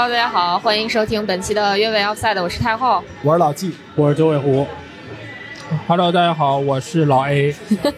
Hello， 大家好，欢迎收听本期的越位 Offside， 我是太后， 我是老纪， 我是九尾狐。 Hello， 大家好，我是老 A。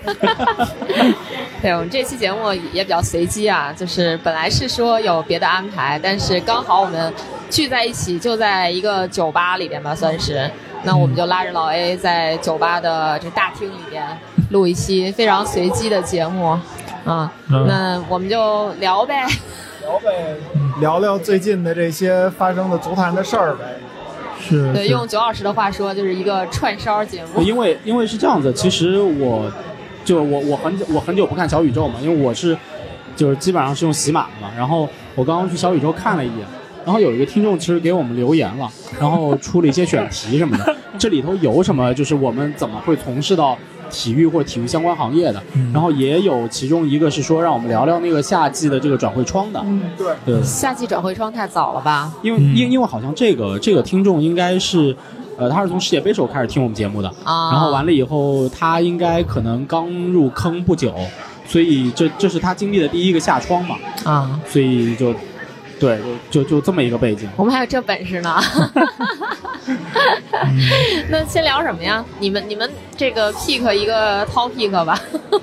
对，我们这期节目也比较随机啊，就是本来是说有别的安排，但是刚好我们聚在一起，就在一个酒吧里边吧，算是。那我们就拉着老 A 在酒吧的这大厅里边录一期非常随机的节目啊。那我们就聊呗， 聊聊最近的这些发生的足坛的事儿呗。 是， 对，用九老师的话说，就是一个串烧节目。 因为是这样子，其实我很久不看小宇宙嘛，因为我是就是基本上是用喜马的嘛，然后我刚刚去小宇宙看了一眼。然后有一个听众其实给我们留言了，然后出了一些选题什么的，这里头有什么就是我们怎么会从事到体育或者体育相关行业的，然后也有其中一个是说让我们聊聊那个夏季的这个转会窗的。对， 夏季转会窗太早了吧？ 因为好像这个听众应该是他是从世界杯时候开始听我们节目的，然后完了以后他应该可能刚入坑不久，所以这是他经历的第一个夏窗嘛，所以对，就这么一个背景。 我们还有这本事呢。那先聊什么呀？你们这个 pick 一个topic 吧。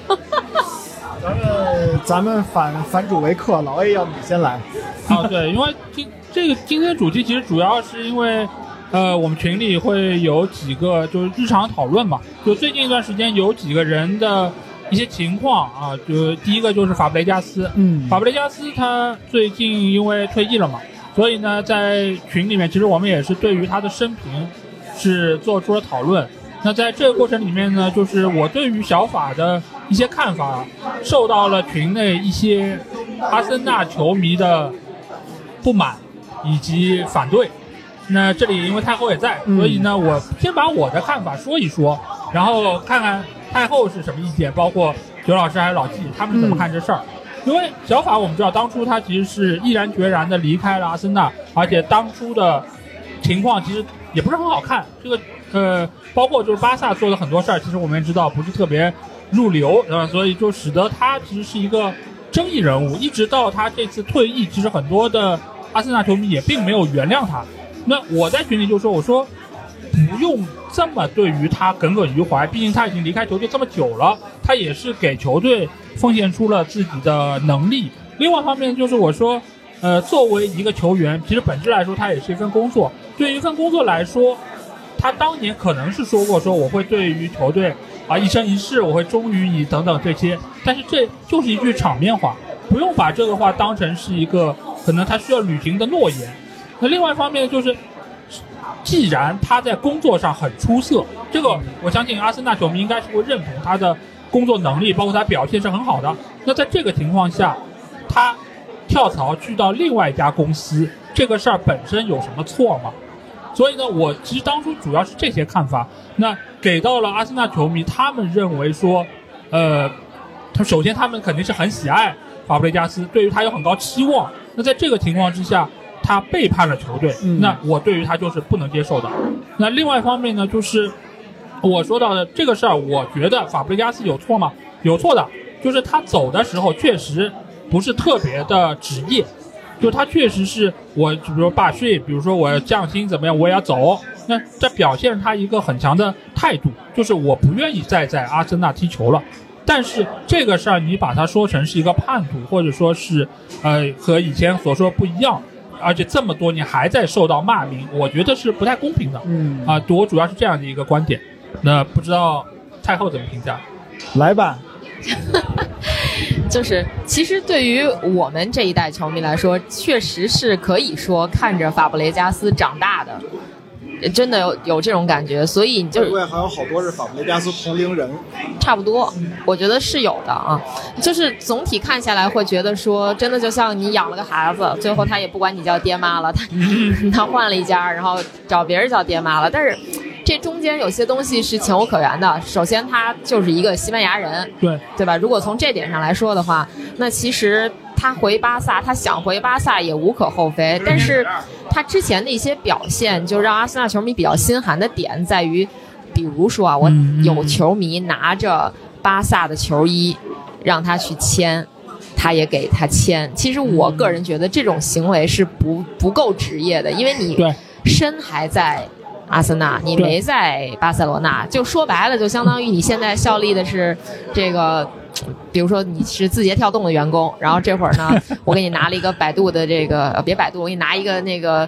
咱们反主为客，老 A 要不你先来。 对，因为今天主题其实主要是因为我们群里会有几个就是日常讨论嘛，就最近一段时间有几个人的一些情况啊，就第一个就是法布雷加斯，法布雷加斯他最近因为退役了嘛，所以呢在群里面其实我们也是对于他的生平是做出了讨论。那在这个过程里面呢，就是我对于小法的一些看法受到了群内一些阿森纳球迷的不满以及反对。那这里因为太后也在，所以呢我先把我的看法说一说，然后看看太后是什么意见，包括九老师还有老纪他们怎么看这事儿。因为小法我们知道当初他其实是毅然决然的离开了阿森纳，而且当初的情况其实也不是很好看，这个包括就是巴萨做的很多事儿，其实我们也知道不是特别入流，所以就使得他其实是一个争议人物，一直到他这次退役，其实很多的阿森纳球迷也并没有原谅他。那我在群里就说，我说不用这么对于他耿耿于怀，毕竟他已经离开球队这么久了，他也是给球队奉献出了自己的能力。另外一方面就是我说作为一个球员，其实本质来说他也是一份工作，对于一份工作来说，他当年可能是说过说我会对于球队一生一世我会忠于你等等这些，但是这就是一句场面话，不用把这个话当成是一个可能他需要履行的诺言。那另外一方面就是既然他在工作上很出色，这个我相信阿森纳球迷应该是会认同他的工作能力，包括他表现是很好的。那在这个情况下，他跳槽去到另外一家公司，这个事儿本身有什么错吗？所以呢，我其实当初主要是这些看法。那给到了阿森纳球迷，他们认为说，首先他们肯定是很喜爱法布雷加斯，对于他有很高期望。那在这个情况之下，他背叛了球队，那我对于他就是不能接受的。那另外一方面呢，就是我说到的这个事儿，我觉得法布雷加斯有错吗？有错的，就是他走的时候确实不是特别的职业，就他确实是我比如说罢税，比如说我要降薪怎么样，我也要走。那这表现他一个很强的态度，就是我不愿意再在阿森纳踢球了。但是这个事儿你把它说成是一个叛徒，或者说是和以前所说不一样，而且这么多年还在受到骂名，我觉得是不太公平的。我主要是这样的一个观点。那不知道太后怎么评价？ 来吧。 就是其实对于我们这一代球迷来说，确实是可以说看着法布雷加斯长大的，真的有这种感觉。所以你就会还有好多是法布雷加斯同龄人， 差不多我觉得是有的啊。就是总体看下来会觉得说，真的就像你养了个孩子，最后他也不管你叫爹妈了，他换了一家，然后找别人叫爹妈了。但是这中间有些东西是情有可原的。首先他就是一个西班牙人，对吧？如果从这点上来说的话，那其实他回巴萨，他想回巴萨也无可厚非。但是他之前的一些表现就让阿森纳球迷比较心寒的点在于，比如说我有球迷拿着巴萨的球衣让他去签， 他也给他签。其实我个人觉得这种行为是不够职业的，因为你身还在阿森纳，你没在巴塞罗那，就说白了，就相当于你现在效力的是这个。比如说你是字节跳动的员工，然后这会儿呢，我给你拿了一个百度的这个，别百度，我给你拿一个那个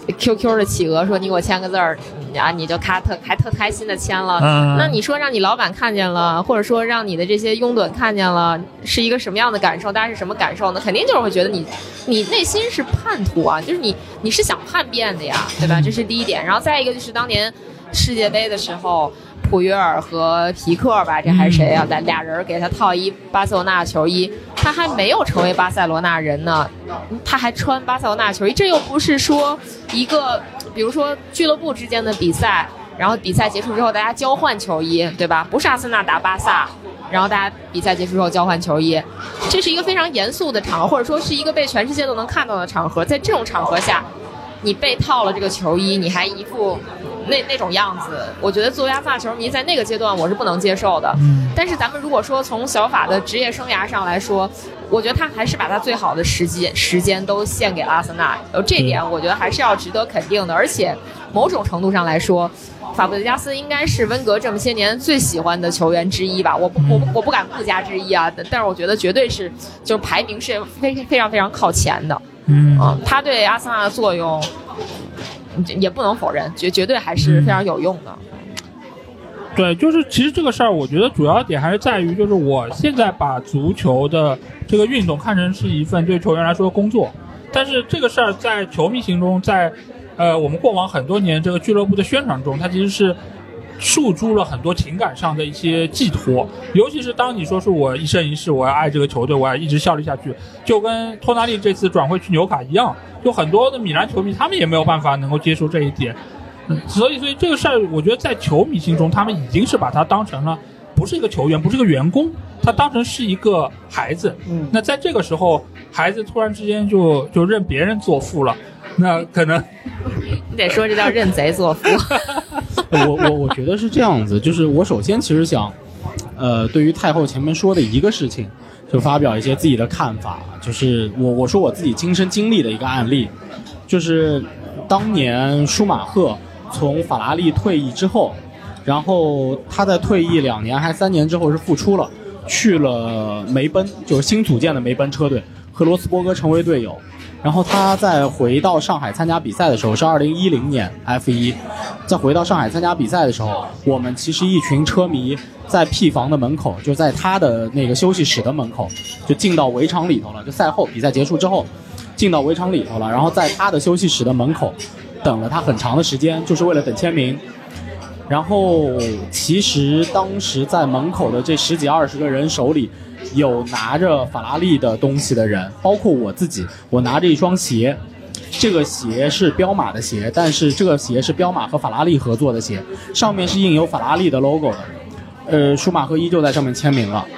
QQ 的企鹅，说你给我签个字儿，啊，你就还特开心的签了。那你说让你老板看见了，或者说让你的这些拥趸看见了，是一个什么样的感受？大家是什么感受呢？肯定就是会觉得你内心是叛徒啊，就是你是想叛变的呀，对吧？这是第一点。然后再一个就是当年世界杯的时候。普约尔和皮克吧，这还是谁啊？俩人给他套一巴塞罗那球衣，他还没有成为巴塞罗那人呢，他还穿巴塞罗那球衣，这又不是说一个，比如说俱乐部之间的比赛，然后比赛结束之后大家交换球衣，对吧？不是阿森纳打巴萨，然后大家比赛结束之后交换球衣，这是一个非常严肃的场合，或者说是一个被全世界都能看到的场合，在这种场合下，你被套了这个球衣，你还一副。那种样子，我觉得作为阿森纳球迷，在那个阶段我是不能接受的。但是咱们如果说从小法的职业生涯上来说，我觉得他还是把他最好的时间都献给了阿森纳，这一点我觉得还是要值得肯定的。而且某种程度上来说，法布雷加斯应该是温格这么些年最喜欢的球员之一吧。我不敢不加之一啊，但是我觉得绝对是就是排名是非常非常靠前的。他对阿森纳的作用。也不能否认，绝对还是非常有用的。 对，就是其实这个事儿，我觉得主要点还是在于，就是我现在把足球的这个运动看成是一份对球员来说的工作，但是这个事儿在球迷心中，在我们过往很多年这个俱乐部的宣传中，它其实是诉诸了很多情感上的一些寄托，尤其是当你说是我一生一世我要爱这个球队，我要一直效力下去，就跟托纳利这次转会去纽卡一样，就很多的米兰球迷他们也没有办法能够接受这一点。所以这个事儿我觉得在球迷心中他们已经是把他当成了不是一个球员，不是一个员工，他当成是一个孩子。那在这个时候孩子突然之间就认别人做父了，那可能你得说这叫认贼作父。 我觉得是这样子，就是我首先其实想对于太后前面说的一个事情就发表一些自己的看法，就是我说我自己亲身经历的一个案例，就是当年舒马赫从法拉利退役之后，然后他在退役2年还3年之后是复出了，去了梅奔，就是新组建的梅奔车队，和罗斯伯格成为队友。然后他在回到上海参加比赛的时候是2010年 F1， 在回到上海参加比赛的时候，我们其实一群车迷在 P 房的门口，就在他的那个休息室的门口，就进到围场里头了，就赛后比赛结束之后进到围场里头了，然后在他的休息室的门口等了他很长的时间，就是为了等签名。然后其实当时在门口的这10几20个人手里有拿着法拉利的东西的人，包括我自己，我拿着一双鞋，这个鞋是彪马的鞋，但是这个鞋是彪马和法拉利合作的鞋，上面是印有法拉利的 logo 的。舒马赫依旧在上面签名了，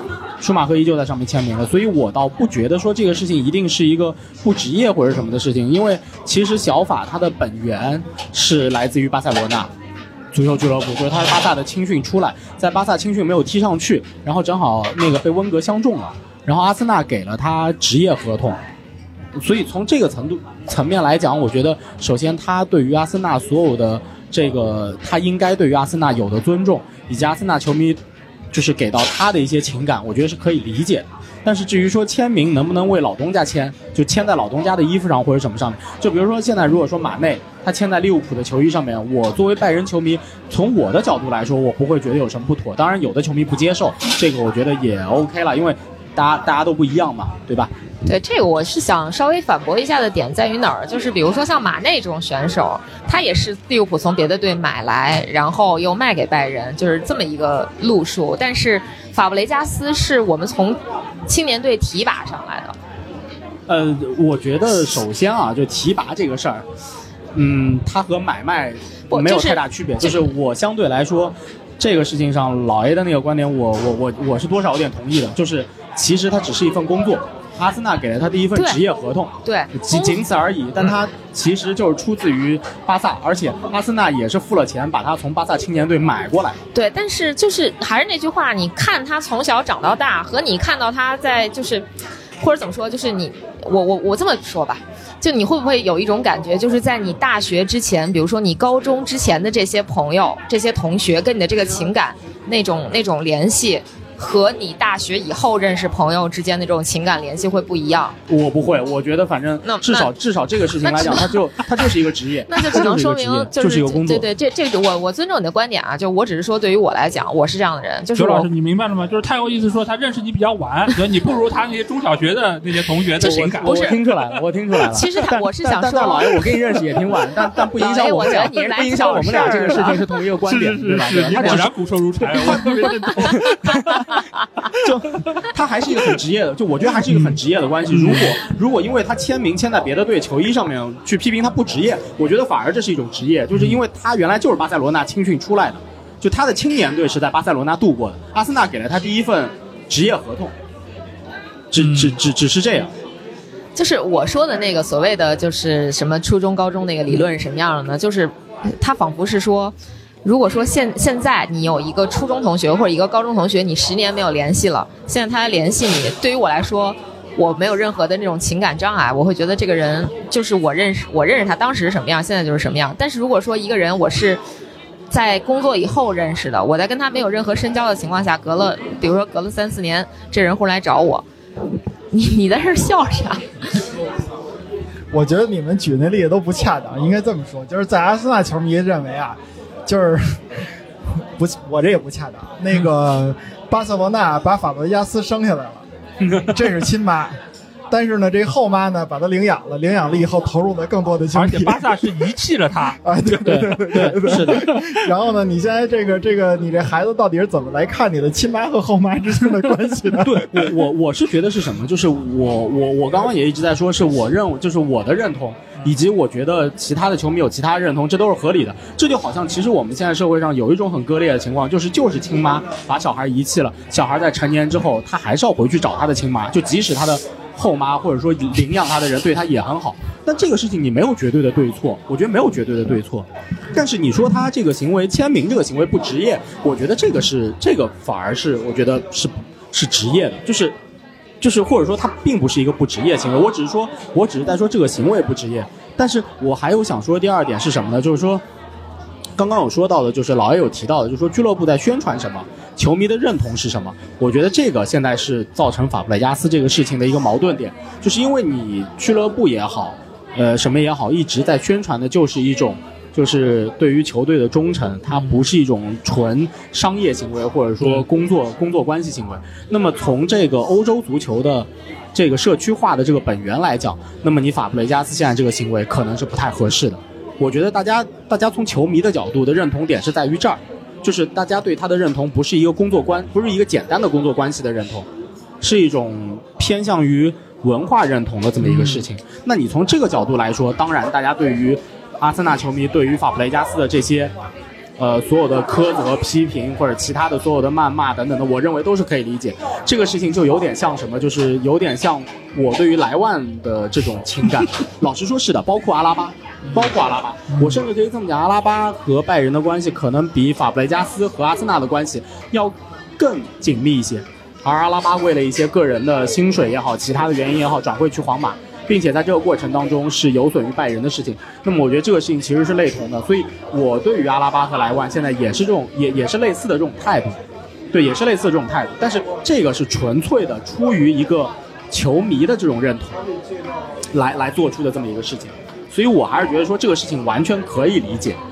所以我倒不觉得说这个事情一定是一个不职业或者什么的事情，因为其实小法它的本源是来自于巴塞罗那足球俱乐部，就是他是巴萨的青训出来，在巴萨青训没有踢上去，然后正好那个被温格相中了，然后阿森纳给了他职业合同，所以从这个层面来讲，我觉得首先他对于阿森纳所有的这个他应该对于阿森纳有的尊重，以及阿森纳球迷就是给到他的一些情感，我觉得是可以理解的。但是至于说签名能不能为老东家签，就签在老东家的衣服上或者什么上面，就比如说现在如果说马内他签在利物浦的球衣上面，我作为拜仁球迷，从我的角度来说，我不会觉得有什么不妥。当然有的球迷不接受，这个我觉得也 OK 了，因为大家都不一样嘛，对吧？ 对，这个我是想稍微反驳一下的点在于哪儿，就是比如说像马内这种选手，他也是利物浦从别的队买来，然后又卖给拜仁，就是这么一个路数。但是法布雷加斯是我们从青年队提拔上来的。 我觉得首先啊，就提拔这个事儿，它和买卖没有太大区别，就是我相对来说，这个事情上老 A 的那个观点，我是多少有点同意的，就是其实它只是一份工作。阿森纳给了他第一份职业合同， 对， 仅此而已。但他其实就是出自于巴萨，而且阿森纳也是付了钱把他从巴萨青年队买过来。 对，但是就是还是那句话，你看他从小长到大，和你看到他在就是或者怎么说，就是我这么说吧，就你会不会有一种感觉，就是在你大学之前，比如说你高中之前的这些朋友、这些同学跟你的这个情感那种联系，和你大学以后认识朋友之间的这种情感联系会不一样？ 我不会，我觉得反正至少这个事情来讲，它就是一个职业， 那就只能说明就是一个工作。 对，这我尊重你的观点啊，就我只是说对于我来讲，我是这样的人。就是周老师，你明白了吗？就是他有意思说他认识你比较晚，所以你不如他那些中小学的那些同学的情感。 我听出来了。其实我是想说， 但老爷我跟你认识也挺晚，但不影响我们俩，不影响我们俩这个事情是同一个观点，对吧？ 你果然骨瘦如柴，我特别认同。 他还是一个很职业的，就我觉得还是一个很职业的关系。如果因为他签名签在别的队球衣上面去批评他不职业，我觉得反而这是一种职业，就是因为他原来就是巴塞罗那青训出来的，就他的青年队是在巴塞罗那度过的，阿森纳给了他第一份职业合同，只是这样。 就是我说的那个所谓的就是什么初中高中那个理论是什么样的呢？就是他仿佛是说，如果说现在你有一个初中同学或者一个高中同学，你10年没有联系了，现在他来联系你，对于我来说，我没有任何的那种情感障碍，我会觉得这个人就是我认识他当时是什么样，现在就是什么样。但是如果说一个人我是在工作以后认识的，我在跟他没有任何深交的情况下，比如说隔了3-4年，这人会来找我，你在这笑啥？ 我觉得你们举那例子都不恰当，应该这么说，就是在阿森纳球迷认为啊，就是不，我这也不恰当。那个巴塞罗那把法布雷加斯生下来了，这是亲妈。但是呢，这后妈呢把他领养了以后投入了更多的精力， 而且巴萨是遗弃了他啊，对，是的。然后呢，你现在这个你这孩子到底是怎么来看你的亲妈和后妈之间的关系呢？ 对，我是觉得是什么？就是我刚刚也一直在说，是我认为就是我的认同，以及我觉得其他的球迷有其他认同，这都是合理的。这就好像其实我们现在社会上有一种很割裂的情况，就是亲妈把小孩遗弃了，小孩在成年之后，他还是要回去找他的亲妈，就即使他的后妈或者说领养他的人对他也很好，但这个事情你没有绝对的对错，我觉得没有绝对的对错。但是你说他这个行为签名这个行为不职业，我觉得这个反而是我觉得是职业的，就是或者说他并不是一个不职业行为，我只是在说这个行为不职业。但是我还有想说的第二点是什么呢？就是说刚刚有说到的，就是老爷有提到的，就是说俱乐部在宣传什么，球迷的认同是什么。我觉得这个现在是造成法布雷加斯这个事情的一个矛盾点，就是因为你俱乐部也好，什么也好，一直在宣传的就是一种就是对于球队的忠诚，它不是一种纯商业行为或者说工作关系行为。那么从这个欧洲足球的这个社区化的这个本源来讲，那么你法布雷加斯现在这个行为可能是不太合适的。我觉得大家从球迷的角度的认同点是在于这儿，就是大家对他的认同不是一个不是一个简单的工作关系的认同，是一种偏向于文化认同的这么一个事情。那你从这个角度来说，当然大家对于阿森纳球迷对于法布雷加斯的这些所有的苛责批评或者其他的所有的谩骂等等的，我认为都是可以理解。这个事情就有点像什么，就是有点像我对于莱万的这种情感。老实说是的，包括阿拉巴，我甚至可以这么讲，阿拉巴和拜仁的关系可能比法布雷加斯和阿森纳的关系要更紧密一些，而阿拉巴为了一些个人的薪水也好，其他的原因也好，转会去皇马，并且在这个过程当中是有损于拜仁的事情。那么我觉得这个事情其实是类同的，所以我对于阿拉巴和莱万现在也是这种也是类似的这种态度，对，也是类似的这种态度。但是这个是纯粹的出于一个球迷的这种认同来做出的这么一个事情。所以我还是觉得说这个事情完全可以理解，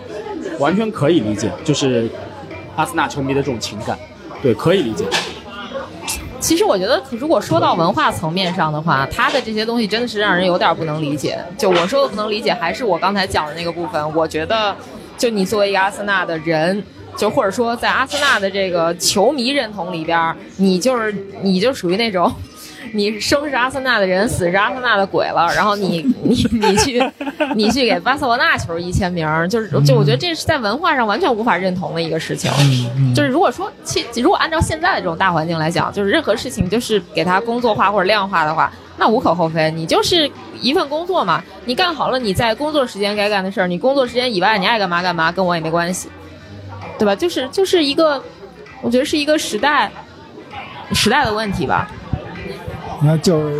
就是阿森纳球迷的这种情感，对，可以理解。 其实我觉得如果说到文化层面上的话，他的这些东西真的是让人有点不能理解。就我说的不能理解，还是我刚才讲的那个部分。我觉得就你作为一个阿森纳的人，就或者说在阿森纳的这个球迷认同里边，你就属于那种你生是阿森纳的人，死是阿森纳的鬼了，然后你去给巴塞罗那球衣签名，就我觉得这是在文化上完全无法认同的一个事情。就是如果按照现在的这种大环境来讲，就是任何事情就是给它工作化或者量化的话，那无可厚非，你就是一份工作嘛，你干好了你在工作时间该干的事儿，你工作时间以外你爱干嘛干嘛，跟我也没关系，对吧？就是一个，我觉得是一个时代的问题吧。 那就是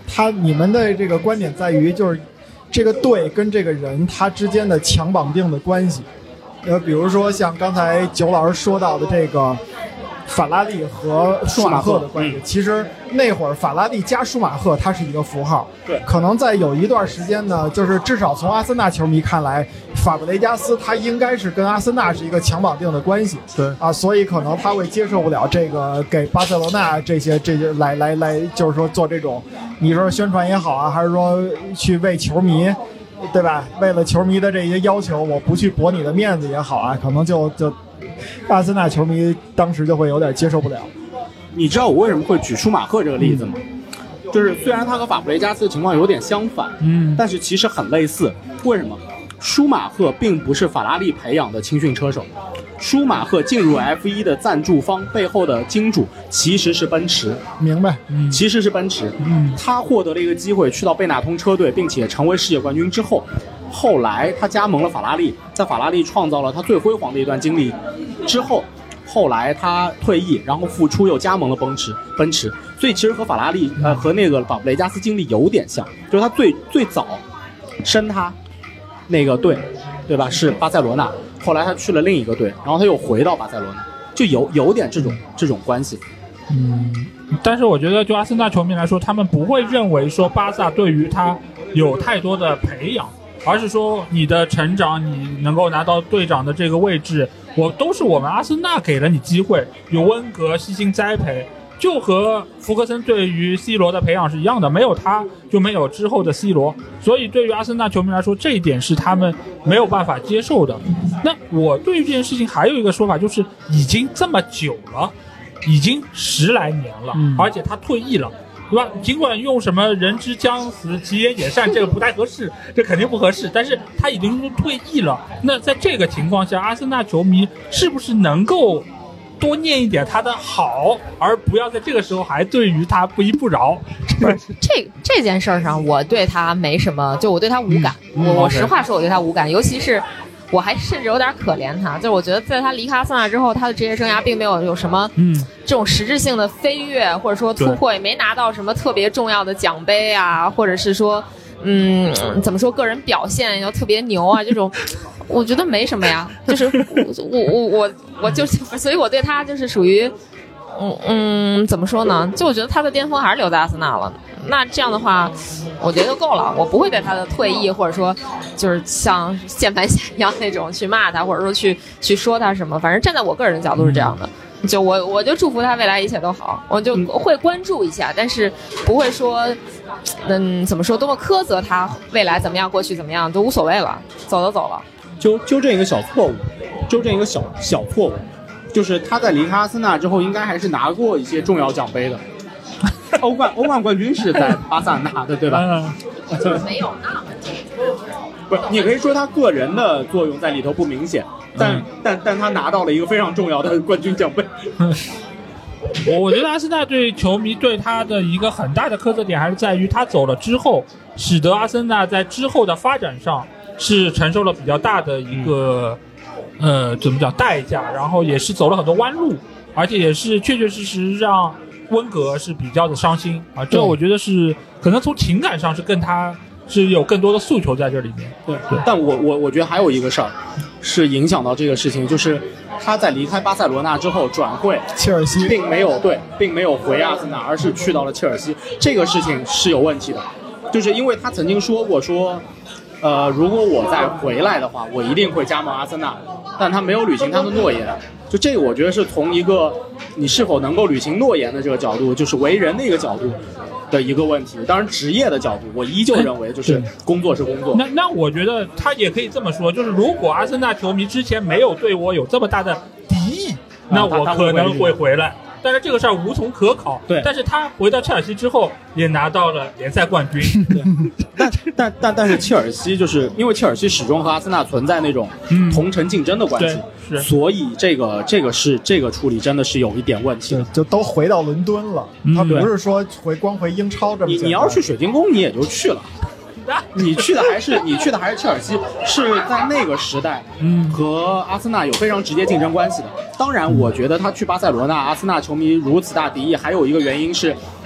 你们的这个观点在于就是这个队跟这个人他之间的强绑定的关系。比如说像刚才九老师说到的这个法拉利和舒马赫的关系，其实那会儿法拉利加舒马赫它是一个符号。 对， 可能在有一段时间呢，就是至少从阿森纳球迷看来，法布雷加斯他应该是跟阿森纳是一个强绑定的关系。 对啊，所以可能他会接受不了这个给巴塞罗那这些来，就是说做这种，你说宣传也好啊，还是说去为球迷。对吧？为了球迷的这些要求，我不去驳你的面子也好啊，可能就阿森纳球迷当时就会有点接受不了。 你知道我为什么会举舒马赫这个例子吗？就是虽然他和法布雷加斯的情况有点相反，但是其实很类似。为什么？舒马赫并不是法拉利培养的青训车手，舒马赫进入 F1 的赞助方背后的金主其实是奔驰。 明白？ 其实是奔驰。他获得了一个机会去到贝纳通车队，并且成为世界冠军之后，后来他加盟了法拉利，在法拉利创造了他最辉煌的一段经历之后，后来他退役，然后复出又加盟了奔驰。所以其实和法拉利和那个法布雷加斯经历有点像，就是他最早升他那个队，对吧？是巴塞罗那，后来他去了另一个队，然后他又回到巴塞罗那，就有点这种关系。 但是我觉得就阿森纳球迷来说，他们不会认为说巴萨对于他有太多的培养，而是说你的成长，你能够拿到队长的这个位置，都是我们阿森纳给了你机会，有温格悉心栽培，就和福格森对于 C 罗的培养是一样的，没有他就没有之后的 C 罗，所以对于阿森纳球迷来说，这一点是他们没有办法接受的。那我对于这件事情还有一个说法，就是已经这么久了，已经10来年了，而且他退役了，对吧？尽管用什么人之将死其言也善，这个不太合适，这肯定不合适，但是他已经退役了。那在这个情况下，阿森纳球迷是不是能够多念一点他的好，而不要在这个时候还对于他不依不饶？ 不是这件事上，我对他没什么，就我对他无感。我实话说，我对他无感，尤其是我还甚至有点可怜他，就是我觉得在他离开阿森纳之后，他的职业生涯并没有什么这种实质性的飞跃，或者说突破，也没拿到什么特别重要的奖杯啊，或者是说怎么说个人表现要特别牛啊这种。我觉得没什么呀，就是我就是，所以我对他就是属于，怎么说呢？就我觉得他的巅峰还是留在阿森纳了。那这样的话，我觉得就够了。我不会对他的退役，或者说就是像键盘侠一样那种去骂他，或者说去说他什么。反正站在我个人的角度是这样的。就我就祝福他未来一切都好，我就会关注一下，但是不会说，怎么说多么苛责他未来怎么样，过去怎么样都无所谓了，走都走了。 纠正一个小错误，纠正一个小错误，就是他在离开阿森纳之后，应该还是拿过一些重要奖杯的。欧冠冠军是在巴萨拿的，对吧？ 没有那么不是，你可以说他个人的作用在里头不明显，但他拿到了一个非常重要的冠军奖杯。 我觉得阿森纳对球迷对他的一个很大的苛责点还是在于他走了之后，使得阿森纳在之后的发展上是承受了比较大的一个怎么讲代价，然后也是走了很多弯路，而且也是确确实实让温格是比较的伤心啊。这我觉得是可能从情感上是跟他是有更多的诉求在这里面。 对，但我觉得还有一个事儿是影响到这个事情，就是他在离开巴塞罗那之后转会切尔西， 并没有回阿森纳，而是去到了切尔西。这个事情是有问题的，就是因为他曾经说过说，如果我再回来的话，我一定会加盟阿森纳，但他没有履行他的诺言。就这个，我觉得是从一个你是否能够履行诺言的这个角度，就是为人的一个角度的一个问题。当然，职业的角度，我依旧认为就是工作是工作。 那我觉得他也可以这么说，就是如果阿森纳球迷之前没有对我有这么大的敌意，那我可能会回来。但是这个事儿无从可考。 对， 但是他回到切尔西之后，也拿到了联赛冠军。 但是切尔西就是因为切尔西始终和阿森纳存在那种同城竞争的关系，所以这个处理真的是有一点问题。 就都回到伦敦了，他不是说光回英超这么简单。 你要去水晶宫，你也就去了。你去的还是切尔西，是在那个时代和阿森纳有非常直接竞争关系的。当然，我觉得他去巴塞罗那，阿森纳球迷如此大敌意，还有一个原因是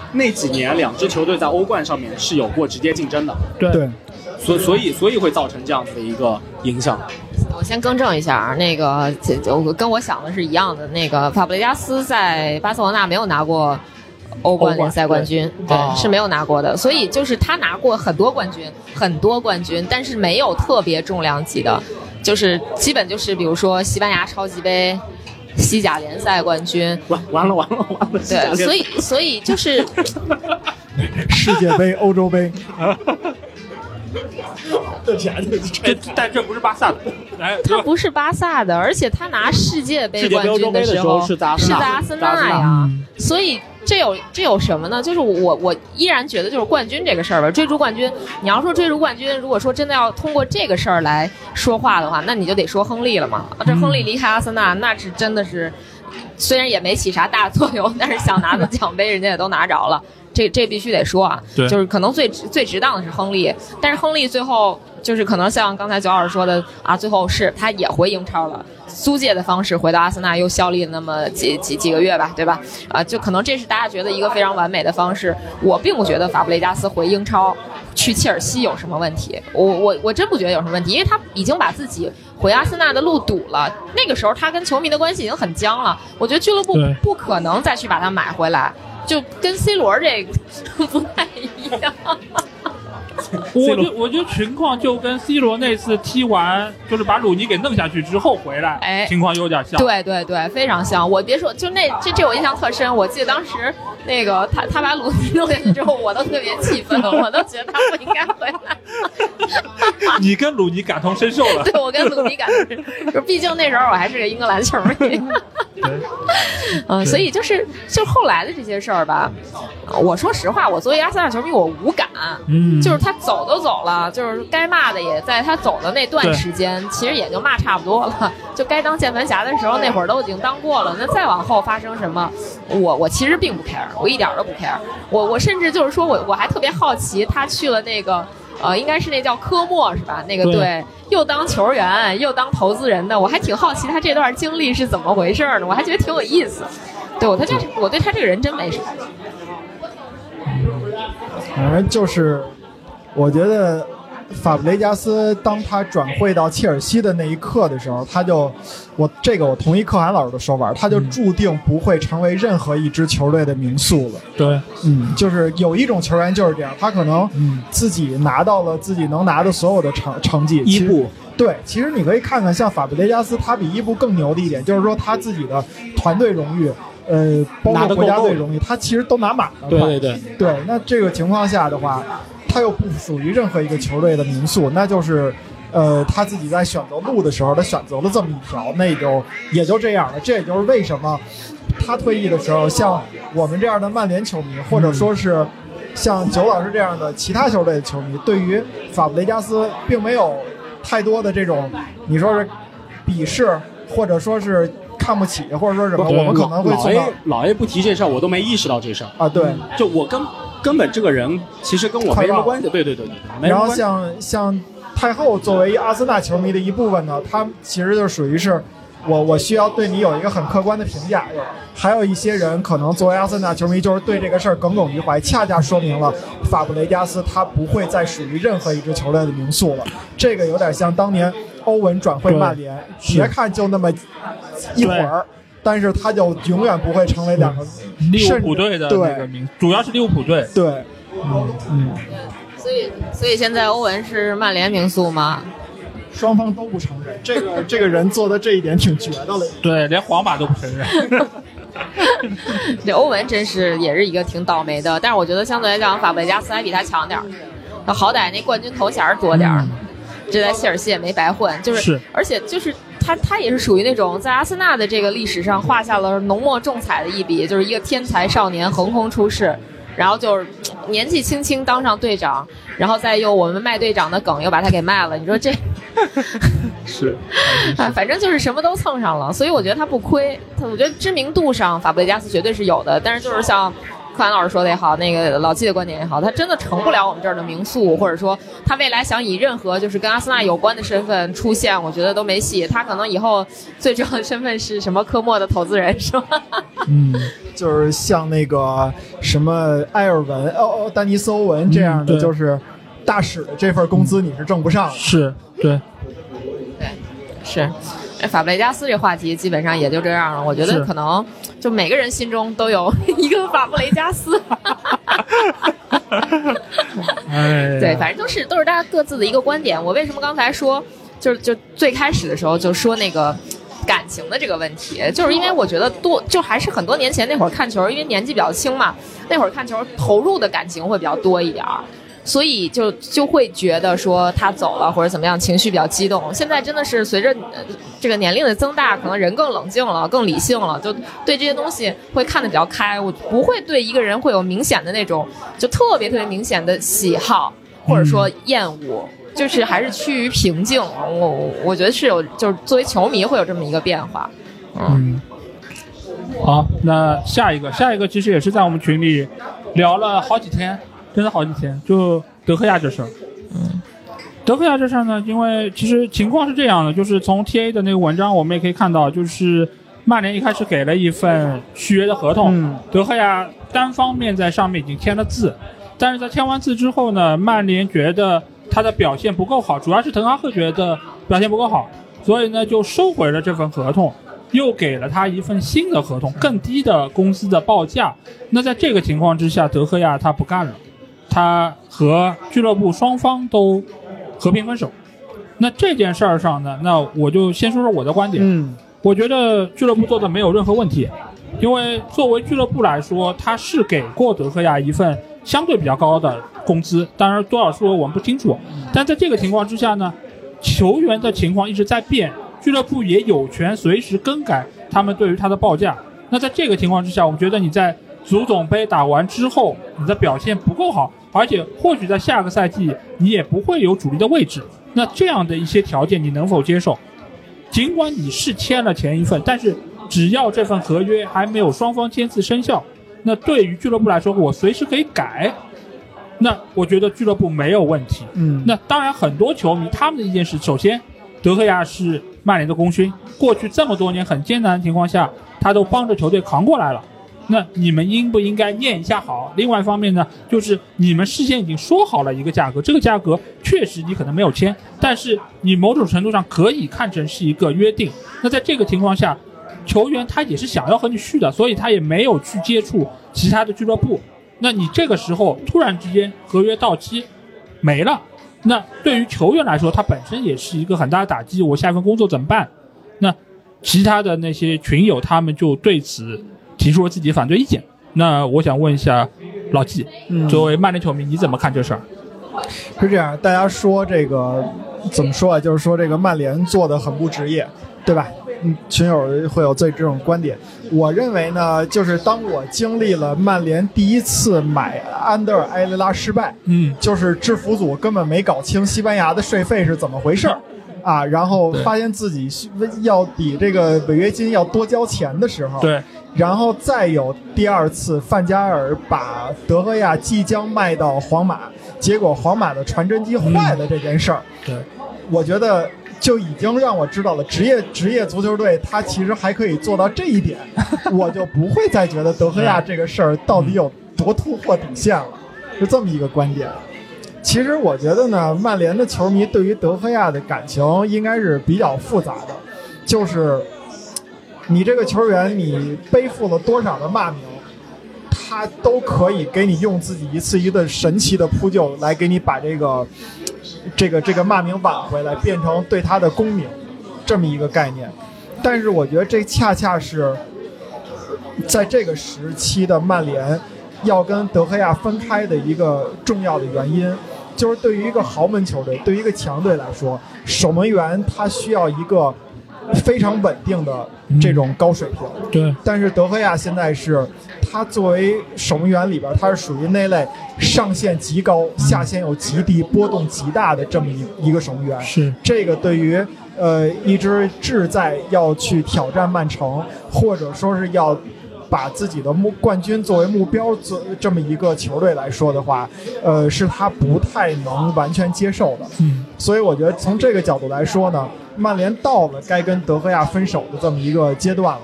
那几年两支球队在欧冠上面是有过直接竞争的。 对， 所以会造成这样子的一个影响。 我先更正一下啊，那个跟我想的是一样的。那个法布雷加斯在巴塞罗那没有拿过欧冠联赛冠军，对，是没有拿过的。所以就是他拿过很多冠军，但是没有特别重量级的，就是基本就是比如说西班牙超级杯、西甲联赛冠军。 完了！ 对，所以就是世界杯、欧洲杯。 但这不是巴萨的， 他不是巴萨的，而且他拿世界杯冠军的时候是在阿森纳呀。所以这有什么呢？就是我依然觉得就是冠军这个事儿吧，追逐冠军。你要说追逐冠军，如果说真的要通过这个事儿来说话的话，那你就得说亨利了嘛。这亨利离开阿森纳，那是真的是，虽然也没起啥大作用，但是想拿的奖杯人家也都拿着了。这必须得说啊，就是可能最值当的是亨利，但是亨利最后就是可能像刚才九老师说的啊，最后是他也回英超了，租借的方式回到阿森纳又效力了那么几个月吧，对吧？就可能这是大家觉得一个非常完美的方式。我并不觉得法布雷加斯回英超去切尔西有什么问题，我真不觉得有什么问题，因为他已经把自己回阿森纳的路堵了。那个时候他跟球迷的关系已经很僵了，我觉得俱乐部不可能再去把他买回来。就跟 C 罗这个不太一样， 我觉得情况就跟 C 罗那次踢完，就是把鲁尼给弄下去之后回来，情况有点像。 对，非常像。我别说，就这我印象特深。我记得当时那个他把鲁尼弄下去之后，我都特别气愤，我都觉得他不应该回来。 你跟鲁尼感同身受了。 对，我跟鲁尼感同身受，毕竟那时候我还是个英格兰球迷。所以就后来的这些事儿吧，我说实话，我作为阿森纳球迷，我无感。就是他走都走了，就是该骂的也在他走的那段时间，其实也就骂差不多了。就该当键盘侠的时候，那会儿都已经当过了。那再往后发生什么，我其实并不 care， 我一点都不 care。我甚至就是说我还特别好奇，他去了那个。应该是那叫科莫是吧？那个队又当球员又当投资人的，我还挺好奇他这段经历是怎么回事呢？我还觉得挺有意思。对我对他这个人真没什么。 反正就是我觉得法布雷加斯当他转会到切尔西的那一刻的时候，我同意可汗老师的说法，他就注定不会成为任何一支球队的名宿了。 对， 就是有一种球员就是这样，他可能自己拿到了自己能拿的所有的成绩。 伊布， 对，其实你可以看看像法布雷加斯，他比伊布更牛的一点就是说他自己的团队荣誉。包括国家队荣誉，他其实都拿满了。对，那这个情况下的话，他又不属于任何一个球队的名宿，那就是他自己在选择路的时候，他选择了这么一条，那也就这样了。这也就是为什么他退役的时候，像我们这样的曼联球迷，或者说是像九老师这样的其他球队的球迷，对于法布雷加斯并没有太多的这种你说是鄙视，或者说是看不起，或者说什么，我们可能会老 A 不提这事儿，我都没意识到这事儿啊。对， 就我根本这个人其实跟我没什么关系。对， 然后像太后作为阿森纳球迷的一部分呢，他其实就属于是我需要对你有一个很客观的评价。还有一些人可能作为阿森纳球迷就是对这个事儿耿耿于怀，恰恰说明了法布雷加斯他不会再属于任何一支球队的名宿了。这个有点像当年欧文转会曼联，别看就那么一会儿，但是他就永远不会成为两个利物浦队的那个名，主要是利物浦队。 对， 所以现在欧文是曼联名宿吗？ 双方都不承认。这个人做的这一点挺绝的了。 对，连皇马都不承认。 这欧文真是也是一个挺倒霉的，但是我觉得相对来讲，法布雷加斯还比他强点儿。好歹那冠军头衔多点儿，这在切尔西也没白混。而且就是他也是属于那种在阿森纳的这个历史上画下了浓墨重彩的一笔，就是一个天才少年横空出世。然后就是年纪轻轻当上队长，然后再用我们卖队长的梗又把他给卖了，你说这是反正就是什么都蹭上了，所以我觉得他不亏。我觉得知名度上法布雷加斯绝对是有的，但是就是像柯涵老师说的也好，那个老季的观点也好，他真的成不了我们这儿的名宿，或者说他未来想以任何就是跟阿森纳有关的身份出现，我觉得都没戏。他可能以后最重要的身份是什么科莫的投资人，是吧？ 就是像那个什么埃尔文、丹尼斯·欧文这样的，就是大使的这份工资你是挣不上的。 是，对， 是。法布雷加斯这话题基本上也就这样了，我觉得可能就每个人心中都有一个法布雷加斯。对，反正都是大家各自的一个观点。我为什么刚才说就最开始的时候就说那个感情的这个问题，就是因为我觉得就还是很多年前那会儿看球，因为年纪比较轻嘛，那会儿看球投入的感情会比较多一点，所以就会觉得说他走了或者怎么样，情绪比较激动。现在真的是随着这个年龄的增大，可能人更冷静了，更理性了，就对这些东西会看得比较开。我不会对一个人会有明显的那种就特别特别明显的喜好或者说厌恶，就是还是趋于平静。我觉得是有，就是作为球迷会有这么一个变化。 好，那下一个其实也是在我们群里聊了好几天。真的好几天，就德赫亚这事儿。德赫亚这事儿呢，因为其实情况是这样的，就是从 TA 的那个文章我们也可以看到，就是曼联一开始给了一份续约的合同，德赫亚单方面在上面已经签了字，但是在签完字之后呢，曼联觉得他的表现不够好，主要是滕哈赫觉得表现不够好，所以呢就收回了这份合同，又给了他一份新的合同，更低的工资的报价。那在这个情况之下，德赫亚他不干了。他和俱乐部双方都和平分手。那这件事儿上呢，那我就先说说我的观点。我觉得俱乐部做的没有任何问题，因为作为俱乐部来说，他是给过德赫亚一份相对比较高的工资，当然多少数额我们不清楚。但在这个情况之下呢，球员的情况一直在变，俱乐部也有权随时更改他们对于他的报价。那在这个情况之下，我觉得你在足总杯打完之后，你的表现不够好，而且或许在下个赛季你也不会有主力的位置。那这样的一些条件你能否接受？尽管你是签了前一份，但是只要这份合约还没有双方签字生效，那对于俱乐部来说，我随时可以改。那我觉得俱乐部没有问题。那当然很多球迷他们的意见是，首先德赫亚是曼联的功勋，过去这么多年很艰难的情况下，他都帮着球队扛过来了。那你们应不应该念一下好？另外一方面呢，就是你们事先已经说好了一个价格，这个价格确实你可能没有签，但是你某种程度上可以看成是一个约定。那在这个情况下，球员他也是想要和你续的，所以他也没有去接触其他的俱乐部。那你这个时候突然之间合约到期没了，那对于球员来说，他本身也是一个很大的打击。我下一份工作怎么办？那其他的那些群友他们就对此提出了自己反对意见。那我想问一下老季，作为曼联球迷，你怎么看这事儿？ 是这样，大家说这个怎么说啊？就是说这个曼联做的很不职业，对吧？群友会有这种观点。我认为呢，就是当我经历了曼联第一次买安德尔埃雷拉失败，就是制服组根本没搞清西班牙的税费是怎么回事啊，然后发现自己要比这个违约金要多交钱的时候， 对， 然后再有第二次范加尔把德赫亚即将卖到皇马，结果皇马的传真机坏了这件事儿， 对， 我觉得就已经让我知道了职业足球队他其实还可以做到这一点，我就不会再觉得德赫亚这个事儿到底有多突破底线了，是这么一个观点。其实我觉得呢，曼联的球迷对于德赫亚的感情应该是比较复杂的，就是你这个球员你背负了多少的骂名，他都可以给你用自己一次一个神奇的扑救来给你把这个骂名挽回来，变成对他的功名，这么一个概念。但是我觉得这恰恰是在这个时期的曼联要跟德赫亚分开的一个重要的原因，就是对于一个豪门球队，对于一个强队来说，守门员他需要一个非常稳定的这种高水平。 对， 但是德赫亚现在是他作为守门员里边，他是属于那类上限极高、下限有极低、波动极大的这么一个守门员。 是这个对于一支志在要去挑战曼城，或者说是要把自己的冠军作为目标这么一个球队来说的话，是他不太能完全接受的。所以我觉得从这个角度来说呢，曼联到了该跟德赫亚分手的这么一个阶段了。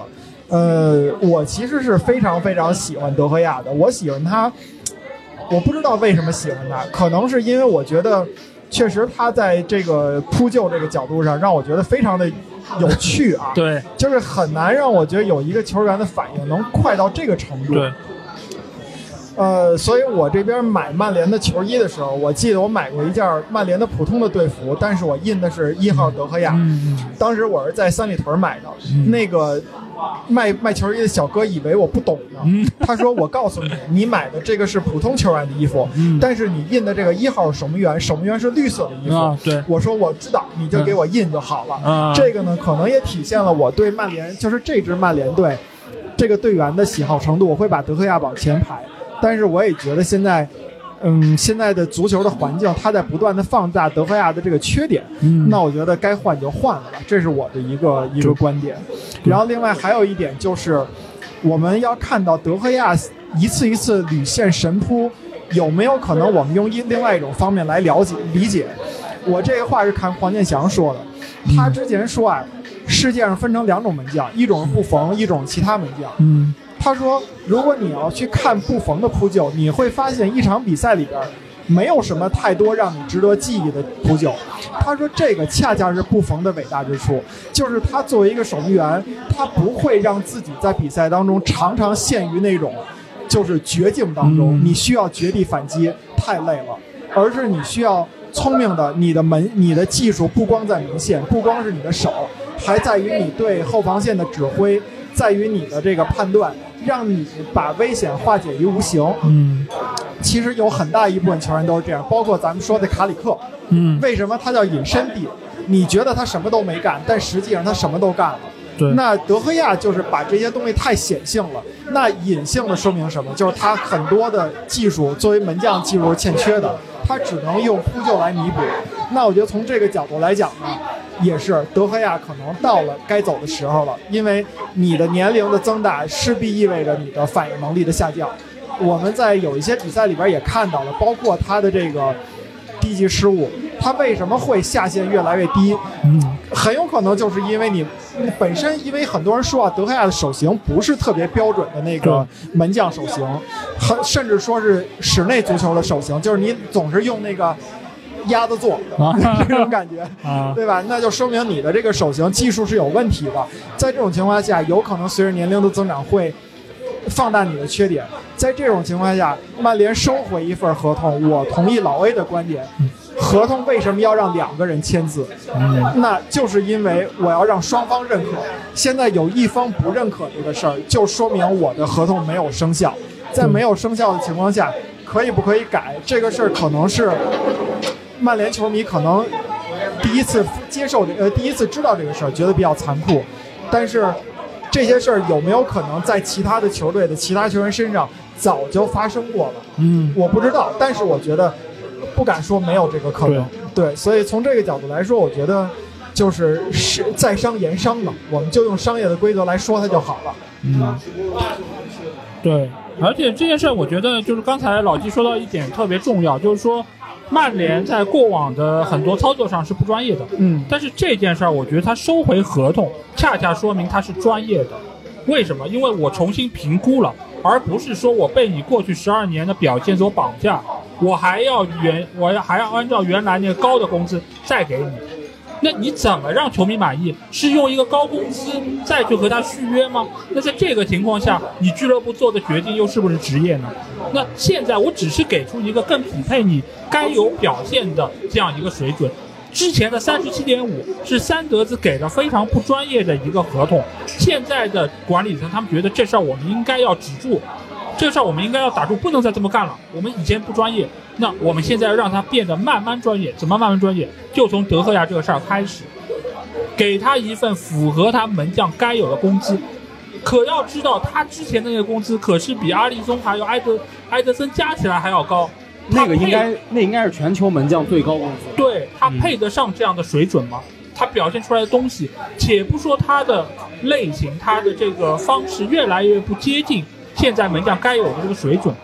我其实是非常非常喜欢德赫亚的，我喜欢他，我不知道为什么喜欢他，可能是因为我觉得确实他在这个扑救这个角度上让我觉得非常的有趣啊， 对， 就是很难让我觉得有一个球员的反应能快到这个程度。 对。 所以我这边买曼联的球衣的时候，我记得我买过一件曼联的普通的队服，但是我印的是1号德赫亚。当时我是在三里屯买的，那个卖球衣的小哥以为我不懂呢，他说我告诉你，你买的这个是普通球员的衣服，但是你印的这个1号守门员是绿色的衣服。 对， 我说我知道，你就给我印就好了。这个呢，可能也体现了我对曼联，就是这支曼联队这个队员的喜好程度，我会把德赫亚往前排。但是我也觉得现在，现在的足球的环境，它在不断的放大德赫亚的这个缺点。那我觉得该换就换了吧，这是我的一个观点。然后另外还有一点就是，我们要看到德赫亚一次一次屡现神扑，有没有可能我们用另外一种方面来理解？我这个话是看黄健翔说的，他之前说啊，世界上分成2种门将，一种是布冯，一种其他门将。他说，如果你要去看布冯的扑救，你会发现一场比赛里边没有什么太多让你值得记忆的扑救。他说这个恰恰是布冯的伟大之处，就是他作为一个守门员，他不会让自己在比赛当中常常陷于那种就是绝境当中，你需要绝地反击，太累了，而是你需要聪明的，你的技术不光在门线，不光是你的手，还在于你对后防线的指挥，在于你的这个判断，让你把危险化解于无形。其实有很大一部分球员都是这样，包括咱们说的卡里克。为什么他叫隐身帝？你觉得他什么都没干，但实际上他什么都干了。 对， 那德赫亚就是把这些东西太显性了。那隐性的说明什么？就是他很多的技术作为门将技术是欠缺的，他只能用扑救来弥补。那我觉得从这个角度来讲呢，也是德赫亚可能到了该走的时候了，因为你的年龄的增大势必意味着你的反应能力的下降。我们在有一些比赛里边也看到了，包括他的这个低级失误，他为什么会下限越来越低？很有可能就是因为你本身，因为很多人说啊，德赫亚的手型不是特别标准的那个门将手型，甚至说是室内足球的手型，就是你总是用那个鸭子做这种感觉，对吧？那就说明你的这个手型技术是有问题的。在这种情况下，有可能随着年龄的增长会放大你的缺点。在这种情况下，曼联收回一份合同，我同意老 A 的观点。合同为什么要让2个人签字？那就是因为我要让双方认可。现在有一方不认可这个事儿，就说明我的合同没有生效。在没有生效的情况下，可以不可以改这个事儿，可能是曼联球迷可能第一次知道这个事儿，觉得比较残酷。但是这些事儿有没有可能在其他的球队的其他球员身上早就发生过了？我不知道，但是我觉得不敢说没有这个可能。对，所以从这个角度来说，我觉得就是在商言商嘛，我们就用商业的规则来说它就好了。 对，而且这件事我觉得就是刚才老季说到一点特别重要，就是说曼联在过往的很多操作上是不专业的，但是这件事我觉得他收回合同恰恰说明他是专业的。为什么？因为我重新评估了，而不是说我被你过去12年的表现所绑架，我还要按照原来那个高的工资再给你。那你怎么让球迷满意？是用一个高工资再去和他续约吗？那在这个情况下，你俱乐部做的决定又是不是职业呢？那现在我只是给出一个更匹配你该有表现的这样一个水准。之前的37.5是三德子给了非常不专业的一个合同，现在的管理层他们觉得这事儿我们应该要止住，这事儿我们应该要打住，不能再这么干了。我们以前不专业，那我们现在要让它变得慢慢专业。怎么慢慢专业？就从德赫亚这个事儿开始，给他一份符合他门将该有的工资。可要知道，他之前的那个工资可是比阿里松还有埃德森加起来还要高。 那应该是全球门将最高工资。 对，他配得上这样的水准吗？他表现出来的东西，且不说他的类型，他的这个方式越来越不接近现在门将该有的这个水准。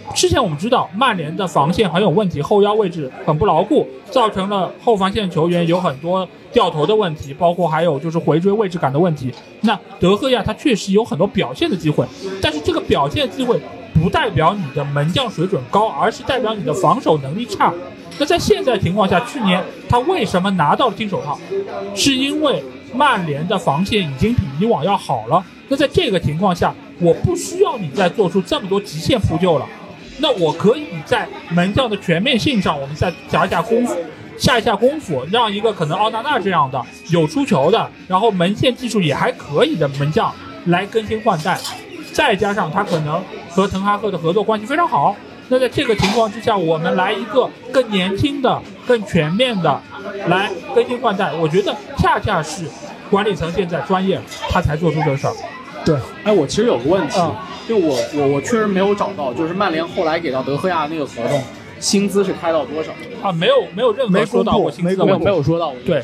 之前我们知道曼联的防线很有问题，后腰位置很不牢固，造成了后防线球员有很多掉头的问题，包括还有就是回追位置感的问题。那德赫亚他确实有很多表现的机会，但是这个表现的机会不代表你的门将水准高，而是代表你的防守能力差。那在现在情况下，去年他为什么拿到了金手套？是因为曼联的防线已经比以往要好了。那在这个情况下，我不需要你再做出这么多极限扑救了。那我可以在门将的全面性上，我们再下一下功夫，让一个可能奥纳纳这样的有出球的，然后门线技术也还可以的门将来更新换代，再加上他可能和滕哈赫的合作关系非常好。那在这个情况之下，我们来一个更年轻的、更全面的来更新换代，我觉得恰恰是管理层现在专业，他才做出这个事儿。 对， 哎，我其实有个问题，因为我确实没有找到，就是曼联后来给到德赫亚那个合同，薪资是开到多少啊？没有任何说到过薪资的问题， 没有说到过。 对，